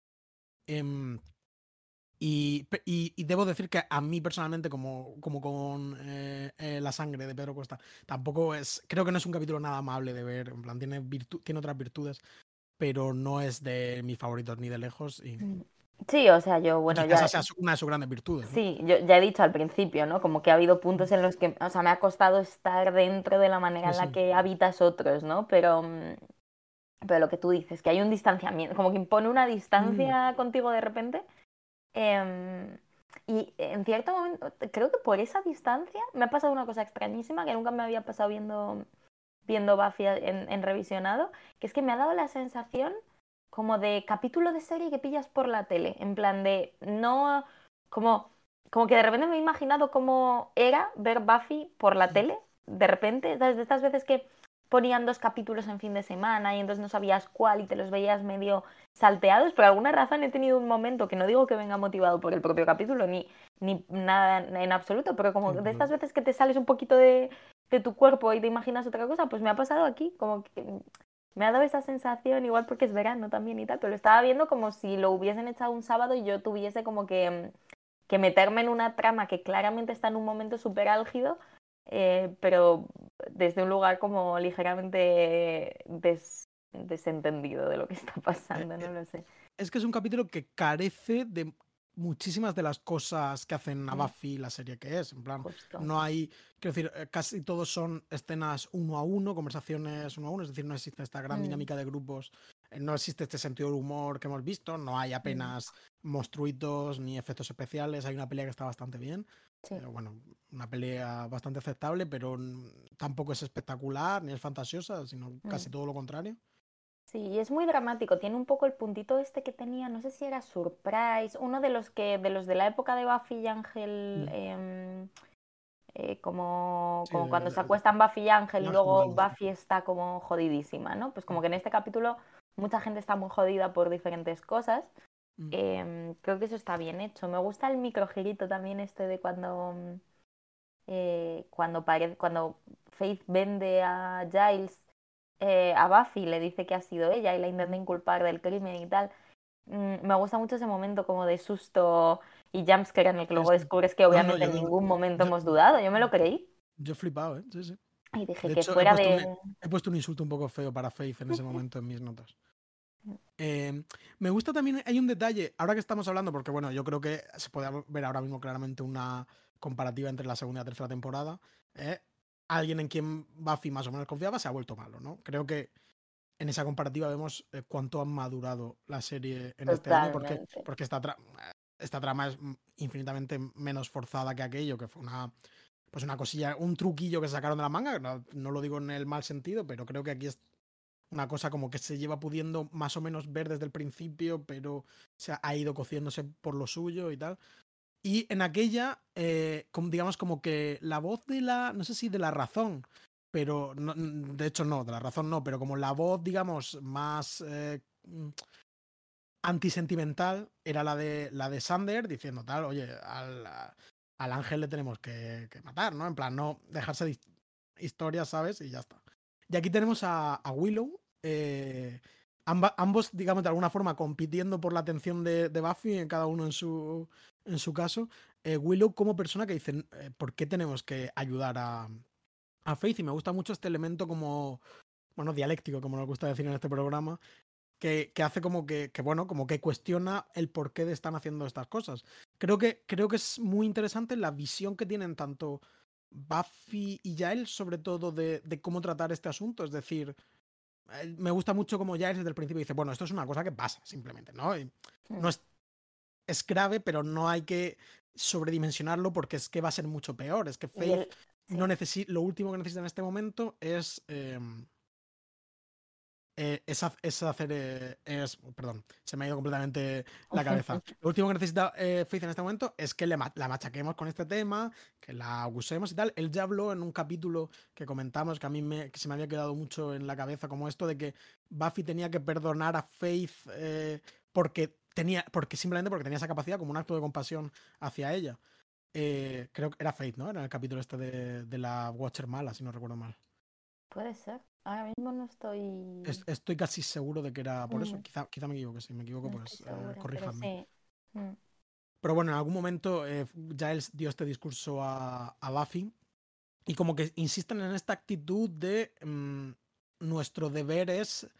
em, y, pe- y- y debo decir que a mí personalmente, como, como con eh, eh, La sangre de Pedro Costa, tampoco es, creo que no es un capítulo nada amable de ver, en plan, tiene, virtu- tiene otras virtudes, pero no es de mis favoritos ni de lejos. Y, Mm. Sí, o sea, yo, y bueno, quizás ya, esa sea su- una de sus grandes virtudes, ¿no? sí, yo ya he dicho al principio, ¿no? Como que ha habido Mm. puntos en los que, o sea, me ha costado estar dentro de la manera Sí, en la sí. que habitas otros, ¿no? Pero, mm, pero lo que tú dices, que hay un distanciamiento, como que impone una Mm, distancia contigo de repente. em, y en cierto momento, creo que por esa distancia me ha pasado una cosa extrañísima que nunca me había pasado viendo, viendo Buffy en, en revisionado, que es que me ha dado la sensación como de capítulo de serie que pillas por la tele, en plan de no, como, como que de repente me he imaginado cómo era ver Buffy por la mm, tele, de repente, ¿sabes? De estas veces que ponían dos capítulos en fin de semana y entonces no sabías cuál y te los veías medio salteados, por alguna razón he tenido un momento que no digo que venga motivado por el propio capítulo ni, ni nada en absoluto, pero como sí, de pero estas veces que te sales un poquito de, de tu cuerpo y te imaginas otra cosa, pues me ha pasado aquí, como que me ha dado esa sensación, igual porque es verano también y tal, pero lo estaba viendo como si lo hubiesen echado un sábado y yo tuviese como que, que meterme en una trama que claramente está en un momento súper álgido, eh, pero desde un lugar como ligeramente des- desentendido de lo que está eh, pasando, no eh, lo sé. es que es un capítulo que carece de muchísimas de las cosas que hacen a Mm, Buffy la serie que es. En plan, justo. no hay, quiero decir, eh, casi todos son escenas uno a uno, conversaciones uno a uno, es decir, no existe esta gran Mm, dinámica de grupos, eh, no existe este sentido del humor que hemos visto, no hay mm, apenas monstruitos ni efectos especiales, hay una pelea que está bastante bien. sí. Eh, bueno, una pelea bastante aceptable, pero mm, tampoco es espectacular ni es fantasiosa, sino casi Mm. todo lo contrario. Sí, y es muy dramático. Tiene un poco el puntito este que tenía, no sé si era Surprise, uno de los que, de los de la época de Buffy y Ángel, Mm. em, eh, como, Sí, como de, cuando se de- acuestan Buffy y Ángel y de Ángel luego Malo, sí. Buffy está como jodidísima, ¿no? Pues como Mm, que en este capítulo mucha gente está muy jodida por diferentes cosas. mm, Em, creo que eso está bien hecho. Me gusta el microgirito también este de cuando, mm, eh, cuando, pare- cuando Faith vende a Giles eh, a Buffy, le dice que ha sido ella y la intenta mm. inculpar del crimen y tal. Mm, me gusta mucho ese momento como de susto y jumpscare en el que Sí, luego sí. descubres que No, no, obviamente yo, en ningún momento yo, hemos dudado. Yo me lo creí yo he flipado, ¿eh? Sí, sí. y dije De que hecho, he fuera puesto un, de... he puesto un insulto un poco feo para Faith en ese momento en mis notas. Eh, me gusta también, hay un detalle, ahora que estamos hablando, porque bueno, yo creo que se puede ver ahora mismo claramente una comparativa entre la segunda y la tercera temporada. ¿eh? Alguien en quien Buffy más o menos confiaba se ha vuelto malo, ¿no? Creo que en esa comparativa vemos eh, cuánto ha madurado la serie en este año, porque, Totalmente. porque esta, tra esta trama es infinitamente menos forzada que aquello, que fue una, pues una cosilla, un truquillo que sacaron de la manga, no, no lo digo en el mal sentido, pero creo que aquí es una cosa como que se lleva pudiendo más o menos ver desde el principio, pero se ha ido cociéndose por lo suyo y tal. Y en aquella, eh, como, digamos como que la voz de la, no sé si de la razón, pero no, de hecho no, de la razón no, pero como la voz, digamos, más eh, antisentimental era la de, la de Sander diciendo tal, oye, al, al ángel le tenemos que, que matar, ¿no? En plan, no dejarse de historias, ¿sabes? Y ya está. Y aquí tenemos a, a Willow, eh, amba, ambos, digamos, de alguna forma compitiendo por la atención de, de Buffy, en cada uno en su, en su caso. Eh, Willow como persona que dice, eh, ¿por qué tenemos que ayudar a, a Faith? Y me gusta mucho este elemento como, bueno, dialéctico, como nos gusta decir en este programa, que, que hace como que, que, bueno, como que cuestiona el por qué de están haciendo estas cosas. Creo que, creo que es muy interesante la visión que tienen tanto Buffy y Giles, sobre todo de, de cómo tratar este asunto. Es decir, eh, me gusta mucho como Giles desde el principio dice, bueno, esto es una cosa que pasa, simplemente, ¿no? Y no Mm, es, es grave, pero no hay que sobredimensionarlo porque es que va a ser mucho peor. Es que y Faith el... no Sí. necesita, lo último que necesita en este momento es... Eh, eh, es, es, hacer. Eh, es, perdón, se me ha ido completamente la cabeza. Lo último que necesita eh, Faith en este momento es que le ma la machaquemos con este tema, que la usemos y tal. Él ya habló en un capítulo que comentamos que a mí me, que se me había quedado mucho en la cabeza, como esto de que Buffy tenía que perdonar a Faith eh, porque tenía. Porque simplemente porque tenía esa capacidad como un acto de compasión hacia ella. Eh, creo que era Faith, ¿no? Era el capítulo este de, de la Watcher mala, si no recuerdo mal. Puede ser. Ahora mismo no estoy... Estoy casi seguro de que era por eso. Mm, Quizá, quizá me equivoque. Si me equivoco, no estoy pues eh, segura, pero corríjanme. sí. Mm, Pero bueno, en algún momento eh, Giles dio este discurso a, a Buffy y como que insisten en esta actitud de mmm, nuestro deber es,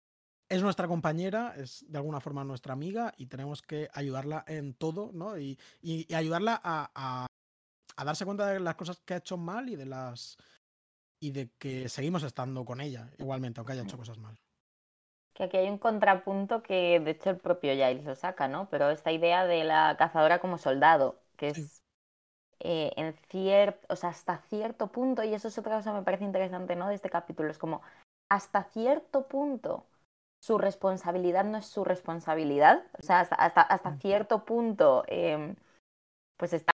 es nuestra compañera, es de alguna forma nuestra amiga y tenemos que ayudarla en todo, ¿no? Y, y, y ayudarla a, a, a darse cuenta de las cosas que ha hecho mal y de las y de que seguimos estando con ella igualmente, aunque haya mm. hecho cosas mal. Que aquí hay un contrapunto que de hecho el propio Giles lo saca, ¿no? Pero esta idea de la cazadora como soldado, que Sí. es eh, en cierto, o sea, hasta cierto punto, y eso es otra cosa que me parece interesante, ¿no? De este capítulo, es como hasta cierto punto su responsabilidad no es su responsabilidad, o sea, hasta, hasta, hasta Mm. cierto punto, eh, pues está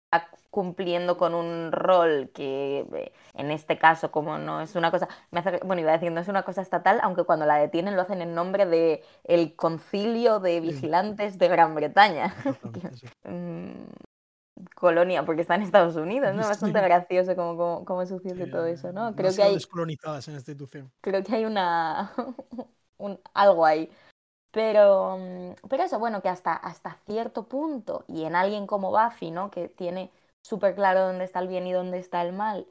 cumpliendo con un rol que eh, en este caso como no es una cosa, me hace, bueno, iba a decir, no es una cosa estatal, aunque cuando la detienen lo hacen en nombre de el Concilio de Sí, Vigilantes de Gran Bretaña. exactamente, sí. Mm, colonia, porque está en Estados Unidos, ¿no? Bastante Sí. gracioso cómo, cómo, cómo Sí, sucede todo eso, ¿no? Creo que demasiado hay, descolonizada esa institución. creo que hay una un, algo ahí. Pero, mm, pero eso, bueno, que hasta, hasta cierto punto, y en alguien como Buffy, ¿no? Que tiene súper claro dónde está el bien y dónde está el mal,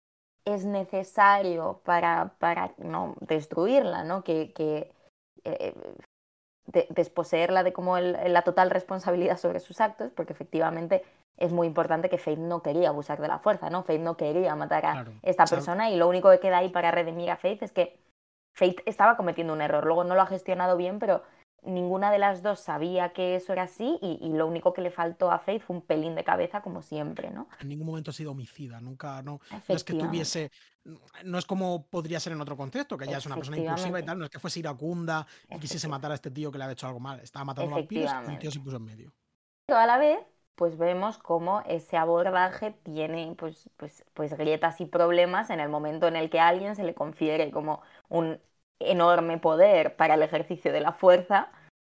es necesario para, para no destruirla, ¿no? Que, que eh, de- desposeerla de como el- la total responsabilidad sobre sus actos, porque efectivamente es muy importante que Faith no quería abusar de la fuerza, ¿no? Faith no quería matar a Claro. esta O sea, persona y lo único que queda ahí para redimir a Faith es que Faith estaba cometiendo un error, luego no lo ha gestionado bien, pero ninguna de las dos sabía que eso era así y, y lo único que le faltó a Faith fue un pelín de cabeza como siempre, ¿no? en ningún momento ha sido homicida, nunca, no, no es que Efectivamente, tuviese, no es como podría ser en otro contexto, que ella es una persona impulsiva y efectivamente, tal, no es que fuese iracunda y quisiese matar a efectivamente, este tío que le había hecho algo mal, estaba matando vampiros y un tío se efectivamente. puso en medio. Pero a la vez, pues vemos cómo ese abordaje tiene pues, pues, pues grietas y problemas en el momento en el que a alguien se le confiere como un enorme poder para el ejercicio de la fuerza.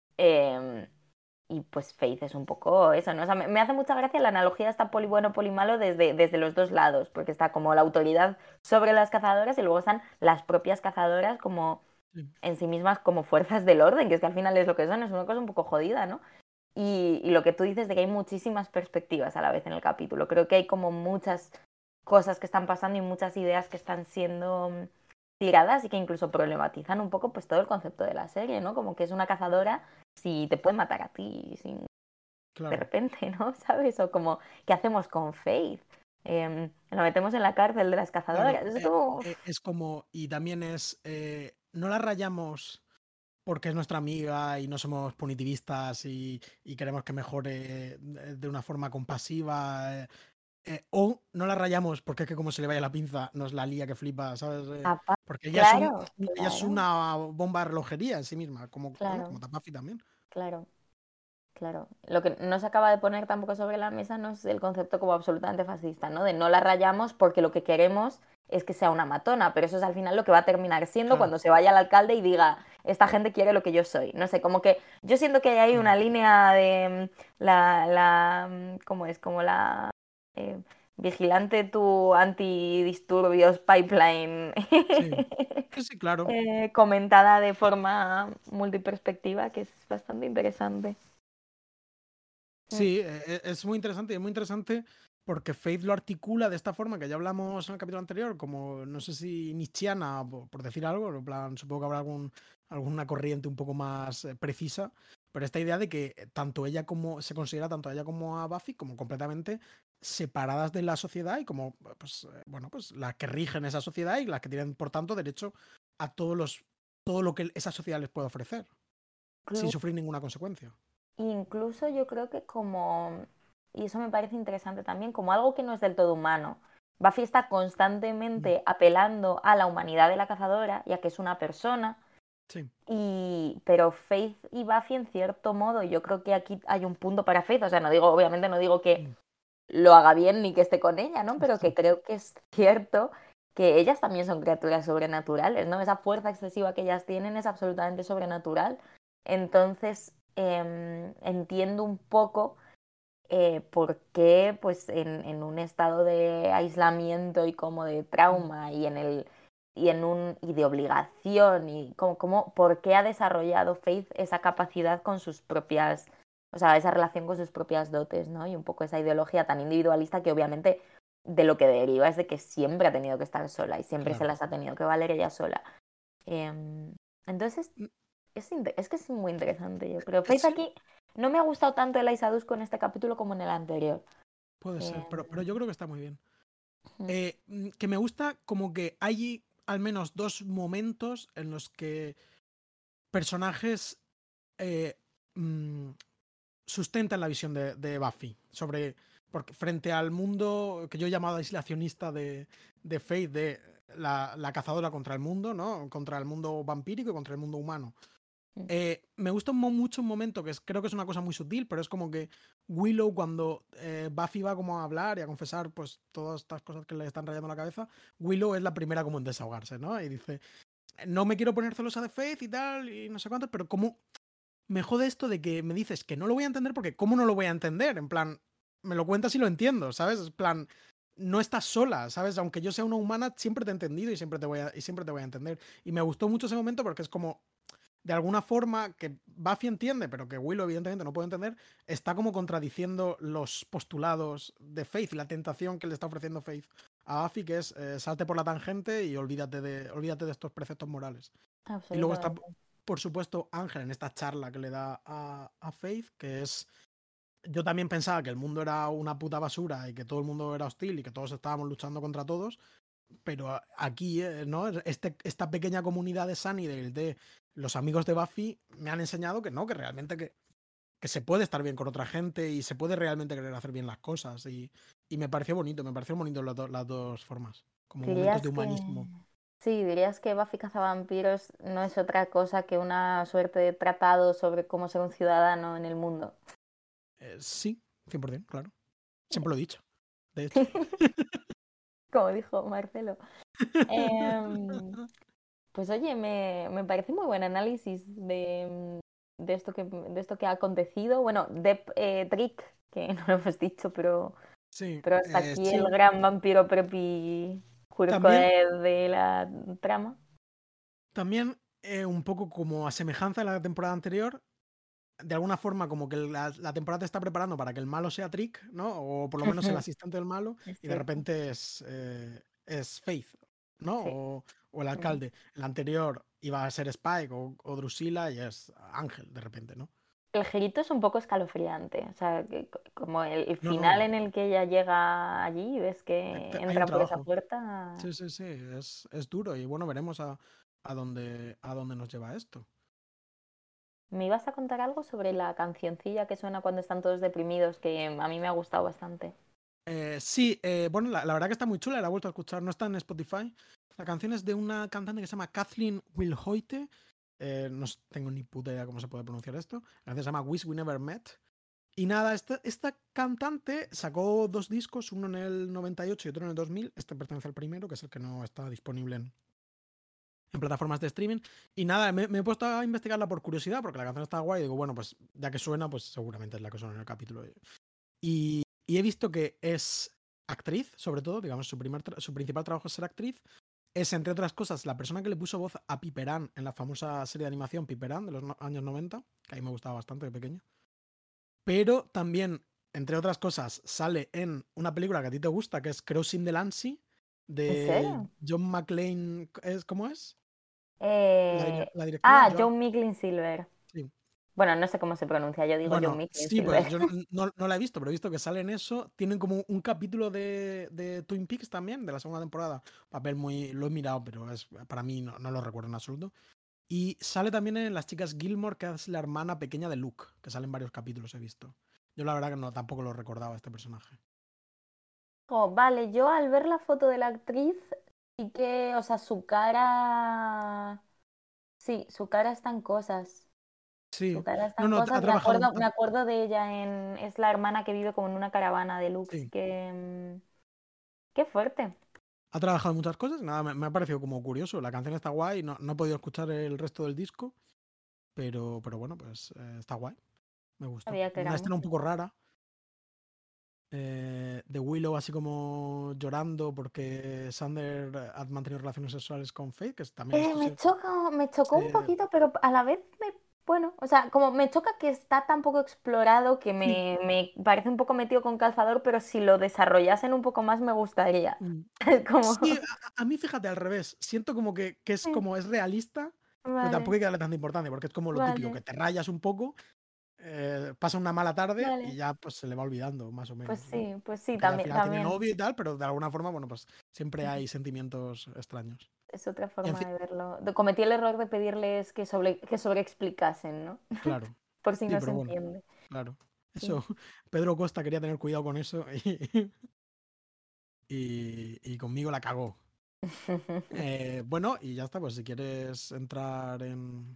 eh, y pues Faith es un poco eso, ¿no? O sea, me, me hace mucha gracia la analogía esta poli bueno, poli malo desde, desde los dos lados, porque está como la autoridad sobre las cazadoras y luego están las propias cazadoras como Sí, en sí mismas como fuerzas del orden, que es que al final es lo que son, es una cosa un poco jodida, ¿no? Y, y lo que tú dices de que hay muchísimas perspectivas a la vez en el capítulo. Creo que hay como muchas cosas que están pasando y muchas ideas que están siendo mm, tiradas y que incluso problematizan un poco pues todo el concepto de la serie, ¿no? Como que es una cazadora si te puede matar a ti sin de claro. repente, ¿no? ¿Sabes? O como, ¿qué hacemos con Faith? Eh, la metemos en la cárcel de las cazadoras. Claro, Es eh, como... eh, es como, y también es, eh, no la rayamos porque es nuestra amiga y no somos punitivistas y, y queremos que mejore de de una forma compasiva, eh, eh, o no la rayamos porque es que como se le vaya la pinza nos la lía que flipa, ¿sabes? Eh, apa- porque ella es, un, Claro, ella es claro, una bomba de relojería en sí misma, como, bueno, como claro, Tapafi también. claro. Claro, lo que no se acaba de poner tampoco sobre la mesa no es el concepto como absolutamente fascista, ¿no? De no la rayamos porque lo que queremos es que sea una matona, pero eso es al final lo que va a terminar siendo Claro, cuando se vaya el alcalde y diga, esta gente quiere lo que yo soy. No sé, como que yo siento que hay ahí claro. una línea de mm, la, la, mm, ¿cómo es? Como la eh, vigilante tu antidisturbios pipeline Sí, sí, sí, claro. eh, comentada de forma multiperspectiva, que es bastante interesante. Mm. Sí, e- e- es muy interesante y es muy interesante porque Faith lo articula de esta forma que ya hablamos en el capítulo anterior, como no sé si nietzscheana, por, por decir algo, en plan, supongo que habrá algún, alguna corriente un poco más eh, precisa, pero esta idea de que eh, tanto ella como se considera tanto a ella como a Buffy como completamente separadas de la sociedad y como pues eh, bueno, pues las que rigen esa sociedad y las que tienen por tanto derecho a todos los todo lo que esa sociedad les puede ofrecer sin sufrir ninguna consecuencia. Incluso yo creo que como, y eso me parece interesante también, como algo que no es del todo humano. Buffy está Mm, constantemente apelando a la humanidad de la cazadora, ya que es una persona, sí, y... pero Faith y Buffy en cierto modo, yo creo que aquí hay un punto para Faith, o sea, no digo, obviamente no digo que mm, lo haga bien ni que esté con ella, ¿no? Pero que creo que es cierto que ellas también son criaturas sobrenaturales, ¿no? Esa fuerza excesiva que ellas tienen es absolutamente sobrenatural. Entonces, em, entiendo un poco eh, por qué, pues, en, en un estado de aislamiento y como de mm, trauma y en el y en un y de obligación y como, como por qué ha desarrollado Faith esa capacidad con sus propias, o sea, esa relación con sus propias dotes, ¿no? Y un poco esa ideología tan individualista que obviamente de lo que deriva es de que siempre ha tenido que estar sola y siempre se claro. las ha tenido que valer ella sola. Em, entonces, Mm, es, inte- es que es muy interesante, yo creo. Faith sí, aquí no me ha gustado tanto el Isadus con este capítulo como en el anterior. puede ser, Em, pero, pero yo creo que está muy bien. mm, Eh, mm, que me gusta como que hay al menos dos momentos en los que personajes eh, mm, sustentan la visión de, de Buffy sobre porque frente al mundo que yo he llamado aislacionista de, de Faith, de la, la cazadora contra el mundo, ¿no? Contra el mundo vampírico y contra el mundo humano. mm, Eh, me gusta mo- mucho un momento que es, creo que es una cosa muy sutil, pero es como que Willow, cuando eh, Buffy va como a hablar y a confesar pues todas estas cosas que le están rayando la cabeza, Willow es la primera como en desahogarse, ¿no? Y dice, no me quiero poner celosa de Faith y tal, y no sé cuánto, pero como me jode esto de que me dices que no lo voy a entender porque ¿cómo no lo voy a entender? En plan, me lo cuentas y lo entiendo, ¿sabes? En plan, no estás sola, ¿sabes? Aunque yo sea una humana, siempre te he entendido y siempre te voy a, y siempre te voy a entender. Y me gustó mucho ese momento porque es como de alguna forma que Buffy entiende, pero que Willow evidentemente no puede entender, está como contradiciendo los postulados de Faith, la tentación que le está ofreciendo Faith a Buffy, que es eh, salte por la tangente y olvídate de, olvídate de estos preceptos morales. Y luego está, absolutamente. por supuesto, Ángel en esta charla que le da a, a Faith, que es... Yo también pensaba que el mundo era una puta basura y que todo el mundo era hostil y que todos estábamos luchando contra todos, pero aquí, eh, ¿no? Este, esta pequeña comunidad de Sunnydale, de los amigos de Buffy, me han enseñado que no, que realmente que, que se puede estar bien con otra gente y se puede realmente querer hacer bien las cosas. Y, y me pareció bonito, me pareció bonito las, do, las dos formas, como momentos de Dirías que... humanismo. Sí, dirías que Buffy cazavampiros no es otra cosa que una suerte de tratado sobre cómo ser un ciudadano en el mundo. Eh, sí, cien por ciento, claro. Siempre lo he dicho, de hecho. Como dijo Marcelo. Em, pues oye, me, me parece muy buen análisis de, de esto que, de esto que ha acontecido. Bueno, de eh, Trick, que no lo hemos dicho, pero, Sí, pero hasta eh, aquí el sí. gran vampiro preppy Jurko También, de, de la trama. también eh, un poco como a semejanza de la temporada anterior, de alguna forma como que la, la temporada te está preparando para que el malo sea Trick, ¿no? O por lo menos el asistente del malo, Es y de cierto, repente es, eh, es Faith, ¿no? sí. O, o el Mm. alcalde. El anterior iba a ser Spike o, o Drusilla y es Ángel, de repente, ¿no? El girito es un poco escalofriante, o sea, que co- como el, el No, final no, en el que ella llega allí y ves hay, que hay un entra por esa trabajo. puerta. Sí, sí, sí, es, es duro y bueno, veremos a, a, dónde, a dónde nos lleva esto. ¿Me ibas a contar algo sobre la cancioncilla que suena cuando están todos deprimidos, que a mí me ha gustado bastante? Eh, sí, eh, bueno, la, la verdad que está muy chula, la he vuelto a escuchar, no está en Spotify. La canción es de una cantante que se llama Kathleen Wilhoite. Eh, no tengo ni puta idea cómo se puede pronunciar esto. La canción se llama Wish We Never Met. Y nada, esta, esta cantante sacó dos discos, uno en el noventa y ocho y otro en el dos mil. Este pertenece al primero, que es el que no está disponible en, en plataformas de streaming. Y nada, me, me he puesto a investigarla por curiosidad, porque la canción está guay. Y digo, bueno, pues ya que suena, pues seguramente es la que suena en el capítulo. Y, y he visto que es actriz, sobre todo, digamos, su, primer su principal trabajo es ser actriz. Es, entre otras cosas, la persona que le puso voz a Piperán en la famosa serie de animación Piperán de los no años noventa, que a mí me gustaba bastante de pequeño. Pero también, entre otras cosas, sale en una película que a ti te gusta, que es Crossing the Lancy, ¿En de serio? John McClane. ¿Es, ¿Cómo es? La, Eh... la directora, Ah, Joan. John Micklin Silver. Sí. Bueno, no sé cómo se pronuncia, yo digo John Bueno, Micklin sí, Silver. pues yo no, no, no la he visto, pero he visto que sale en eso. Tienen como un capítulo de, de Twin Peaks también, de la segunda temporada. Papel muy. Lo he mirado, pero es para mí no, no lo recuerdo en absoluto. Y sale también en Las Chicas Gilmore, que es la hermana pequeña de Luke, que sale en varios capítulos, he visto. Yo la verdad que no, tampoco lo recordaba este personaje. Oh, vale, yo al ver la foto de la actriz, sí que, o sea, su cara... Sí, su cara está en cosas. Su Sí, cara está no, en no, ha cosas. Me trabajado. acuerdo, Ha, me acuerdo de ella en... Es la hermana que vive como en una caravana de Luke. Sí sí, que... mm, Qué fuerte. ha trabajado en muchas cosas. Nada, me, me ha parecido como curioso. La canción está guay. No, no he podido escuchar el resto del disco, pero, pero bueno, pues eh, está guay. Me gusta. Sabía que era Una escena un poco música. rara. Eh, de Willow así como llorando porque Sander ha mantenido relaciones sexuales con Faith, que también Eh, esto me se, choca, me chocó un se- poquito, pero a la vez me... Bueno, o sea, como me choca que está tan poco explorado que Sí, me, me parece un poco metido con calzador, pero si lo desarrollasen un poco más me gustaría. mm, Es como... sí, a, a mí fíjate al revés, siento como que, que es como es realista, pero tampoco Vale, hay que darle tanta importancia, porque es como lo típico, que vale, te rayas un poco, eh, pasa una mala tarde y vale. ya pues se le va olvidando, más o Pues menos, ¿no? sí, pues sí, Aunque ella al también, final tiene también. novio y tal, pero de alguna forma, bueno, pues siempre hay sentimientos extraños. Es otra En forma fin, de verlo. De- Cometí el error de pedirles que sobre, que sobreexplicasen, ¿no? claro, Por si sí, no se pero bueno, entiende. claro. Sí. Eso, Pedro Costa quería tener cuidado con eso y, y, y conmigo la cagó. Eh, bueno, y ya está, pues si quieres entrar en,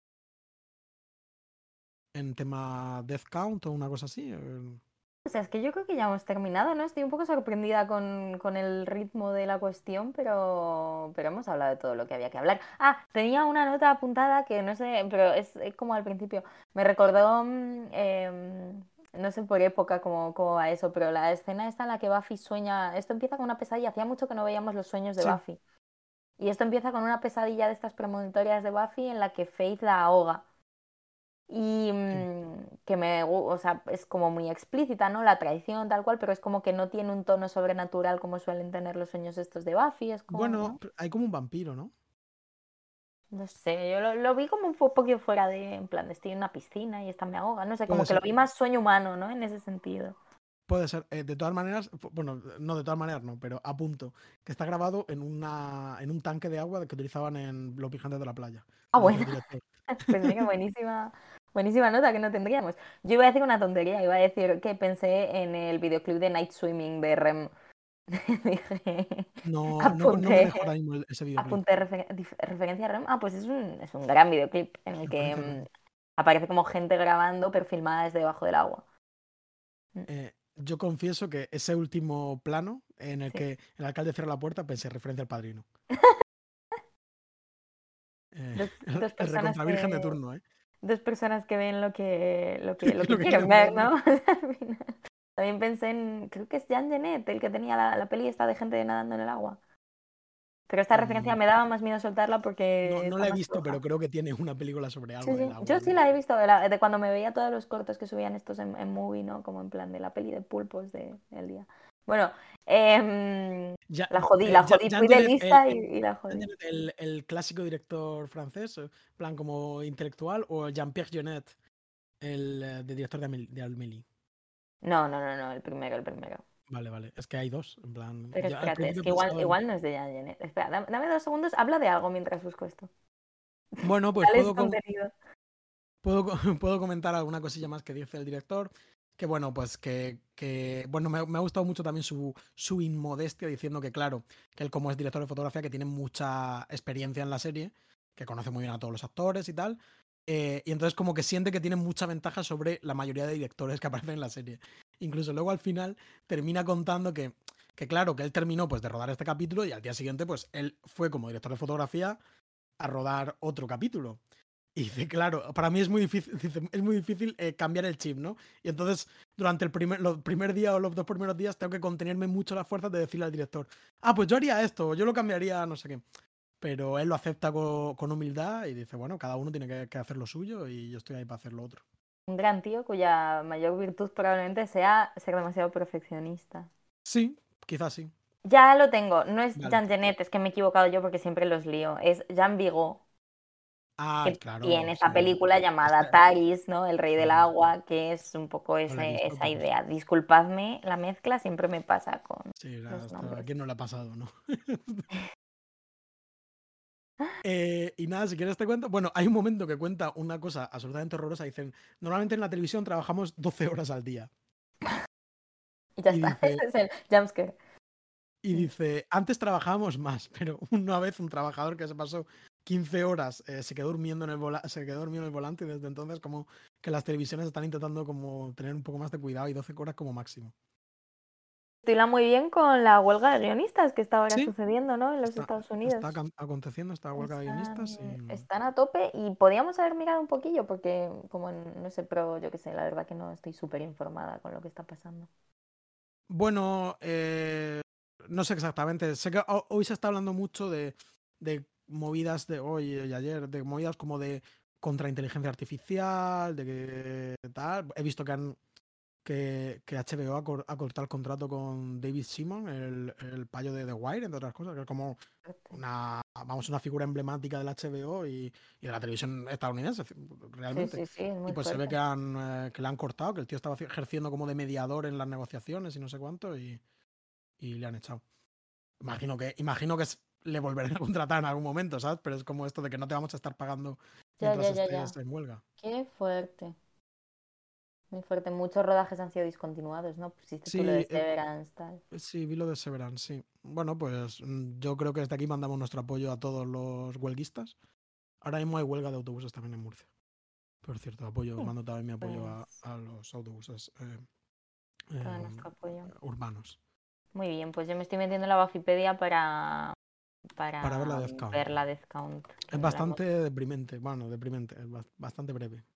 en tema Death Count o una cosa así. eh, O sea, es que yo creo que ya hemos terminado, ¿no? Estoy un poco sorprendida con, con el ritmo de la cuestión, pero, pero hemos hablado de todo lo que había que hablar. Ah, tenía una nota apuntada que no sé, pero es, es como al principio. Me recordó, mm, em, no sé por época cómo, cómo va eso, pero la escena esta en la que Buffy sueña. Esto empieza con una pesadilla. Hacía mucho que no veíamos los sueños de sí, Buffy. Y esto empieza con una pesadilla de estas premonitorias de Buffy en la que Faith la ahoga. Y sí. mm, que me, gu- o sea, es como muy explícita, ¿no? La traición, tal cual, pero es como que no tiene un tono sobrenatural como suelen tener los sueños estos de Buffy, es como, Bueno, ¿no? hay como un vampiro, ¿no? No sé, yo lo, lo vi como un po- poquito fuera de, en plan, de estoy en una piscina y esta me ahoga, no sé, Puede como que lo ser, vi más sueño humano, ¿no? En ese sentido. puede ser. Eh, de todas maneras, fu- bueno, no de todas maneras no, pero apunto que está grabado en una en un tanque de agua que utilizaban en Los Vigilantes de la Playa, Ah, dice el bueno, director. pues mira, buenísima, buenísima nota que no tendríamos. Yo iba a decir una tontería, iba a decir que pensé en el videoclip de Night Swimming de Rem. Dije, No, no, no apunté, manejo ahora mismo el- ese videoclip. apunté refer- dif- referencia a Rem. Ah, pues es un, es un gran videoclip en el que Referencia mm, real. aparece como gente grabando, pero filmada desde debajo del agua. Mm, Eh, yo confieso que ese último plano en el sí. que el alcalde cierra la puerta pensé referencia al padrino. Eh, Dos, el, dos el personas recontravirgen de que, turno, ¿eh? dos personas que ven lo que, lo que, lo Lo que que quieren quieren ver, ver, ¿no? ¿no? Al final. También pensé en, creo que es Jean Genet, el que tenía la, la peli esta de gente nadando en el agua. Pero esta referencia Mm, me daba más miedo soltarla no, porque no está la he más visto, pero floja. creo que tiene una película sobre Sí, algo del sí. agua, Yo sí ¿no? la he visto de, la- de cuando me veía todos los cortos que subían estos en, en Movie, ¿no? Como en plan de la peli de pulpos de, del día. Bueno, em, Ya, la jodí, eh, la Ja- jodí, Jean fui de Genet, el, lista y, el, y la Jean jodí. Genet, el- el clásico director francés, en plan como intelectual, o Jean-Pierre Jeunet, el eh, de director de, Amel- de Amélie. No, no, no, no, el primero, el primero. Vale, vale. Es que hay dos, en plan. Pero Yo al espérate, es principio he que igual, pensado en. igual no es de Jean Genet. Espera, dame, dame dos segundos, habla de algo mientras busco esto. Bueno, pues ¿Cuál es puedo, tu com- contenido? puedo, co- puedo comentar alguna cosilla más que dice el director. Que bueno, pues que, que bueno, me, me ha gustado mucho también su, su inmodestia diciendo que, claro, que él como es director de fotografía, que tiene mucha experiencia en la serie, que conoce muy bien a todos los actores y tal. Eh, y entonces como que siente que tiene mucha ventaja sobre la mayoría de directores que aparecen en la serie. Incluso luego al final termina contando que, que claro, que él terminó pues de rodar este capítulo y al día siguiente pues él fue como director de fotografía a rodar otro capítulo. Y dice, claro, para mí es muy difícil, dice, es muy difícil eh, cambiar el chip, ¿no? Y entonces, durante el primer, los primer día o los dos primeros días, tengo que contenerme mucho las fuerzas de decirle al director, ah, pues yo haría esto, yo lo cambiaría, no sé qué. Pero él lo acepta co- con humildad y dice, bueno, cada uno tiene que, que hacer lo suyo y yo estoy ahí para hacer lo otro. Un gran tío cuya mayor virtud probablemente sea ser demasiado perfeccionista. Sí, quizás sí. Ya lo tengo, no es Vale. Jean Genet, es que me he equivocado yo porque siempre los lío. Es Jean Vigo, Ah, que claro, tiene esa sí. película llamada Este- Taris, ¿no? El Rey del claro, sí. Agua, que es un poco No la he ese, visto, esa pero sí. idea. Disculpadme, la mezcla siempre me pasa con Sí, la- los esto- ¿a nombres. quién no le ha pasado, no? Eh, y nada, si quieres te cuento. Bueno, hay un momento que cuenta una cosa absolutamente horrorosa. Dicen, normalmente en la televisión trabajamos doce horas al día. Y ya Y está, dice, ese es el jumpscare. y dice, antes trabajábamos más, pero una vez un trabajador que se pasó quince horas eh, se quedó durmiendo en el vola- se quedó dormido en el volante y desde entonces como que las televisiones están intentando como tener un poco más de cuidado y doce horas como máximo. Estila muy bien con la huelga de guionistas que está ahora Sí, sucediendo, ¿no? En los está, Estados está Unidos. acon- aconteciendo esta huelga de guionistas Están, y... están a tope y podíamos haber mirado un poquillo porque como no sé, pero yo qué sé, la verdad que no estoy súper informada con lo que está pasando. Bueno, eh, no sé exactamente. Sé que ho- hoy se está hablando mucho de, de movidas de hoy y ayer, de movidas como de contrainteligencia artificial, de que tal. He visto que han que, que H B O ha, cor- ha cortado el contrato con David Simon, el, el payo de The Wire, entre otras cosas, que es como Fuerte. una, vamos, una figura emblemática del H B O y, y de la televisión estadounidense, Sí, realmente. sí, sí, es Y muy pues se ve fuerte. que, han, eh, que le han cortado, que el tío estaba ejerciendo como de mediador en las negociaciones y no sé cuánto, y, y le han echado. Imagino que, imagino que es- le volverán a contratar en algún momento, ¿sabes? Pero es como esto de que no te vamos a estar pagando Ya, mientras ya, ya, estés ya. en huelga. Qué fuerte. Muy fuerte. Muchos rodajes han sido discontinuados, ¿no? Pusiste tú lo de Sí, eh, Severance, tal. sí, vi lo de Severance, sí. Bueno, pues mm, yo creo que desde aquí mandamos nuestro apoyo a todos los huelguistas. Ahora mismo hay huelga de autobuses también en Murcia. Por cierto, apoyo, Mm, mando también mi apoyo a, Pues a los autobuses eh, todo eh, nuestro apoyo. urbanos. Muy bien, pues yo me estoy metiendo en la Bafipedia para, Para ver la para Death Count. ver la Death Count. Que Es me la hemos- bastante deprimente. Bueno, deprimente. Es ba- bastante breve.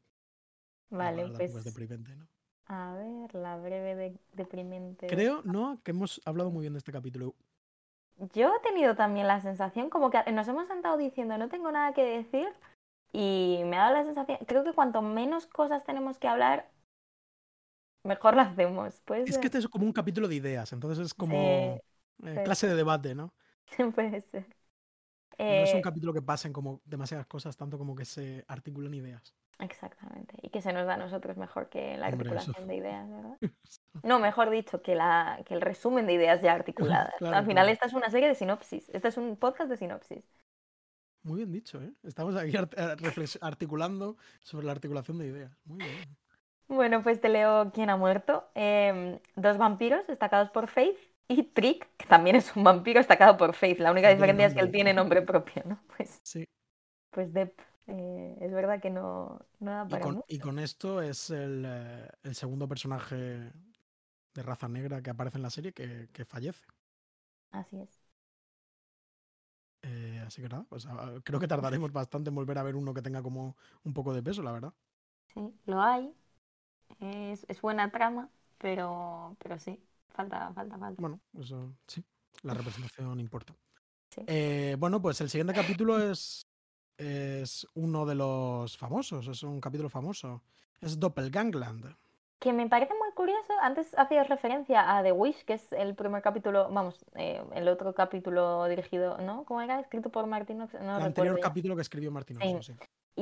La Vale, palabra tampoco es pues deprimente, ¿no? a ver, la breve de- deprimente Death Creo, no, que hemos hablado Count. muy bien de este capítulo. Yo he tenido también la sensación como que nos hemos sentado diciendo no tengo nada que decir y me ha dado la sensación, creo que cuanto menos cosas tenemos que hablar, mejor lo hacemos, puede Es que ser. este es como un capítulo de ideas, entonces es Sí, como eh, puede clase ser, de debate, ¿no? puede ser. No es un Eh, capítulo que pasen como demasiadas cosas, tanto como que se articulen ideas. exactamente. Y que se nos da a nosotros mejor que la Hombre, eso. articulación de ideas, ¿verdad? No, mejor dicho, que, la, que el resumen de ideas ya articuladas. Claro, Al final claro. esta es una serie de sinopsis. Este es un podcast de sinopsis. Muy bien dicho, ¿eh? Estamos aquí art- eh, reflex- articulando sobre la articulación de ideas. Muy bien. Bueno, pues te leo quién ha muerto. Em, dos vampiros destacados por Faith y Trick, que también es un vampiro destacado por Faith. La única Ya tiene diferencia es que él nombre. tiene nombre propio, ¿no? Pues, Sí. pues Depp, eh, es verdad que no, no da Y para con, y mucho. con esto es el, eh, el segundo personaje de raza negra que aparece en la serie que, que fallece. Así es. Eh, así que nada, pues ah, creo que tardaremos bastante en volver a ver uno que tenga como un poco de peso, la verdad. Sí, lo hay. Es, es buena trama, pero, pero sí, falta, falta, falta. Bueno, eso sí, la representación importa. Sí. Eh, bueno, pues el siguiente capítulo es, es uno de los famosos, es un capítulo famoso. Es Doppelgangland. Que me parece muy curioso, antes hacías referencia a The Wish, que es el primer capítulo, vamos, eh, el otro capítulo dirigido, ¿no? ¿Cómo era? Escrito por Martin Ox, no El recuerdo anterior ya. capítulo que escribió Martin Sí. Oxo, sí.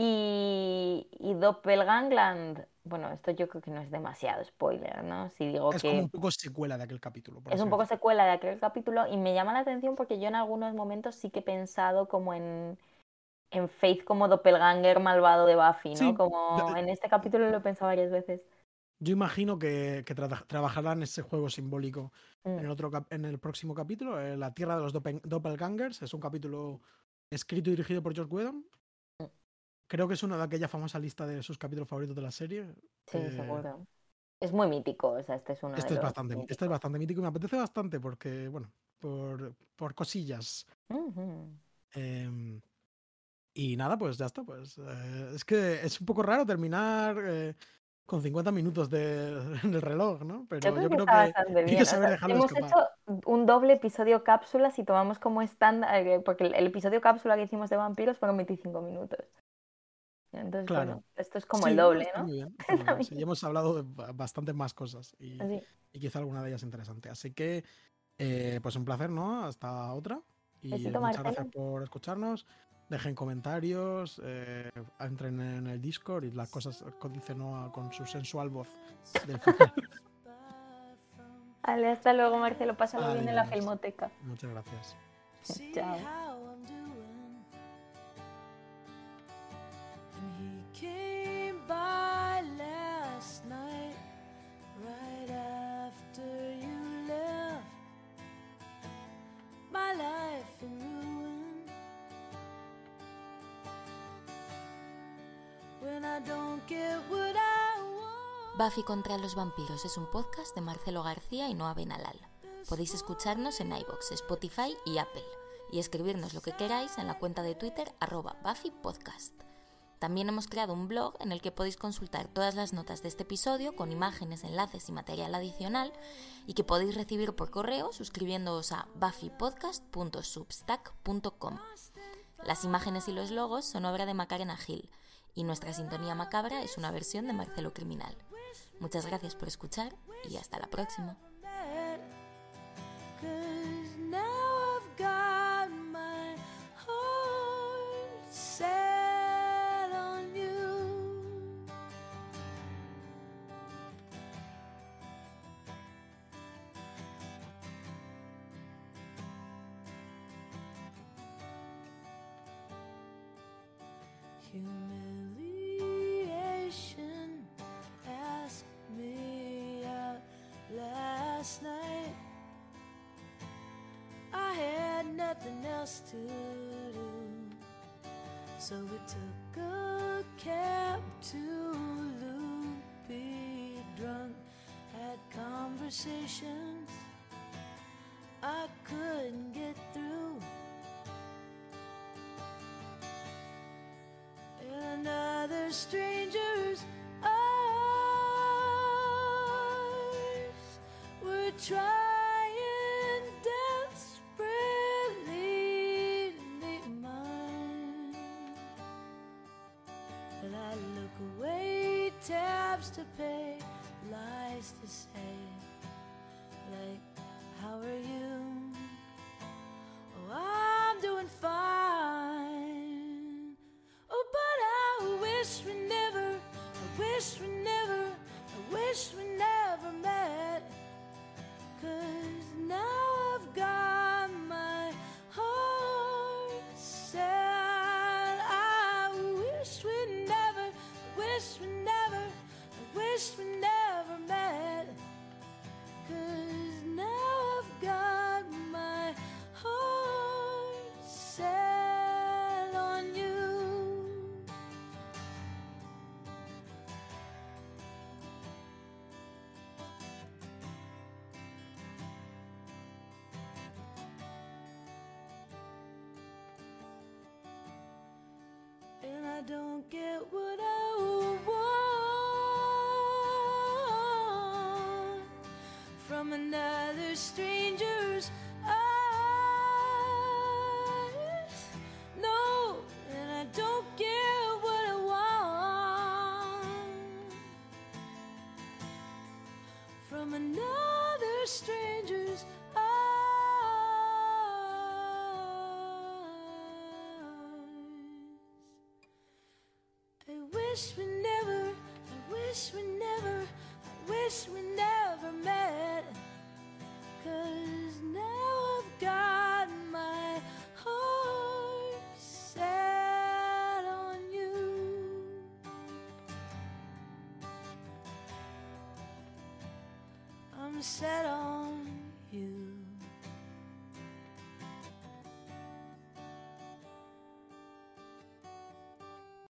Y, y Doppelgangland, bueno, esto yo creo que no es demasiado spoiler, ¿no? Si digo Es como que un poco secuela de aquel capítulo, por es así un poco decirlo. secuela de aquel capítulo y me llama la atención porque yo en algunos momentos sí que he pensado como en, en Faith como doppelganger malvado de Buffy, ¿no? Sí, Como en este capítulo lo he pensado varias veces. yo imagino que, que tra- trabajarán ese juego simbólico en Mm, el, otro cap- en el próximo capítulo, eh, La Tierra de los Doppel- Doppelgangers. Es un capítulo escrito y dirigido por Joss Whedon. mm. Creo que es una de aquella famosa lista de sus capítulos favoritos de la serie. Sí, Eh, seguro. Es muy mítico, o sea, este es uno de este, es los bastante, este es míticos. bastante mítico y me apetece bastante porque, bueno, por, por cosillas. Ujú. Eh, y nada, pues ya está. Pues eh, es que es un poco raro terminar eh, con cincuenta minutos de, en el reloj, ¿no? Yo Pero creo yo que creo está que bastante hay que bien. O saber sea, dejarlo hemos escapar. hecho un doble episodio cápsula si tomamos como estándar, eh, porque el, el episodio cápsula que hicimos de vampiros fueron veinticinco minutos. Entonces, Claro. bueno, esto es como el Sí, no, doble, está ¿no? muy bien, está muy bien. Sí, ya También. hemos hablado de ba- bastantes más cosas y, Sí. y quizá alguna de ellas interesante. Así que, eh, pues un placer, ¿no? Hasta otra. Y eh, Besito, muchas gracias Marcelo. por escucharnos. Dejen comentarios, eh, entren en el Discord y las cosas que dice Noah con su sensual voz del final. Vale, hasta luego, Marcelo. Pásalo bien en la Adiós. filmoteca. Muchas gracias. See Chao. how I'm doing. And he came by last night, right after you left. My life in ruin. When I don't get what I want. Buffy contra los vampiros es un podcast de Marcelo García y Noa Benalal. Podéis escucharnos en iVoox, Spotify y Apple, y escribirnos lo que queráis en la cuenta de Twitter arroba Buffy Podcast. También hemos creado un blog en el que podéis consultar todas las notas de este episodio con imágenes, enlaces y material adicional y que podéis recibir por correo suscribiéndoos a buffypodcast punto substack punto com. Las imágenes y los logos son obra de Macarena Gil y nuestra sintonía macabra es una versión de Marcelo Criminal. Muchas gracias por escuchar y hasta la próxima. Cause now I've got my heart set on you. Humiliation asked me out last night. I had nothing else to do, so we took a cab to Loopy, drunk, had conversations I couldn't get through. And other strangers' eyes were trying desperately to meet mine. And I look away, tabs to pay, lies to say, like, how are you? Oh, I'm doing fine. never, I wish we never met. 'Cause now I've got my heart set. I wish we never, I wish we never, I wish we never met. 'Cause now I've got my heart set on you. And I don't get what I want from another stranger's eyes. No, and I don't get what I want from another stranger's eyes. I wish we never, I wish we never, I wish we never met. 'Cause now I've got my heart set on you. I'm set on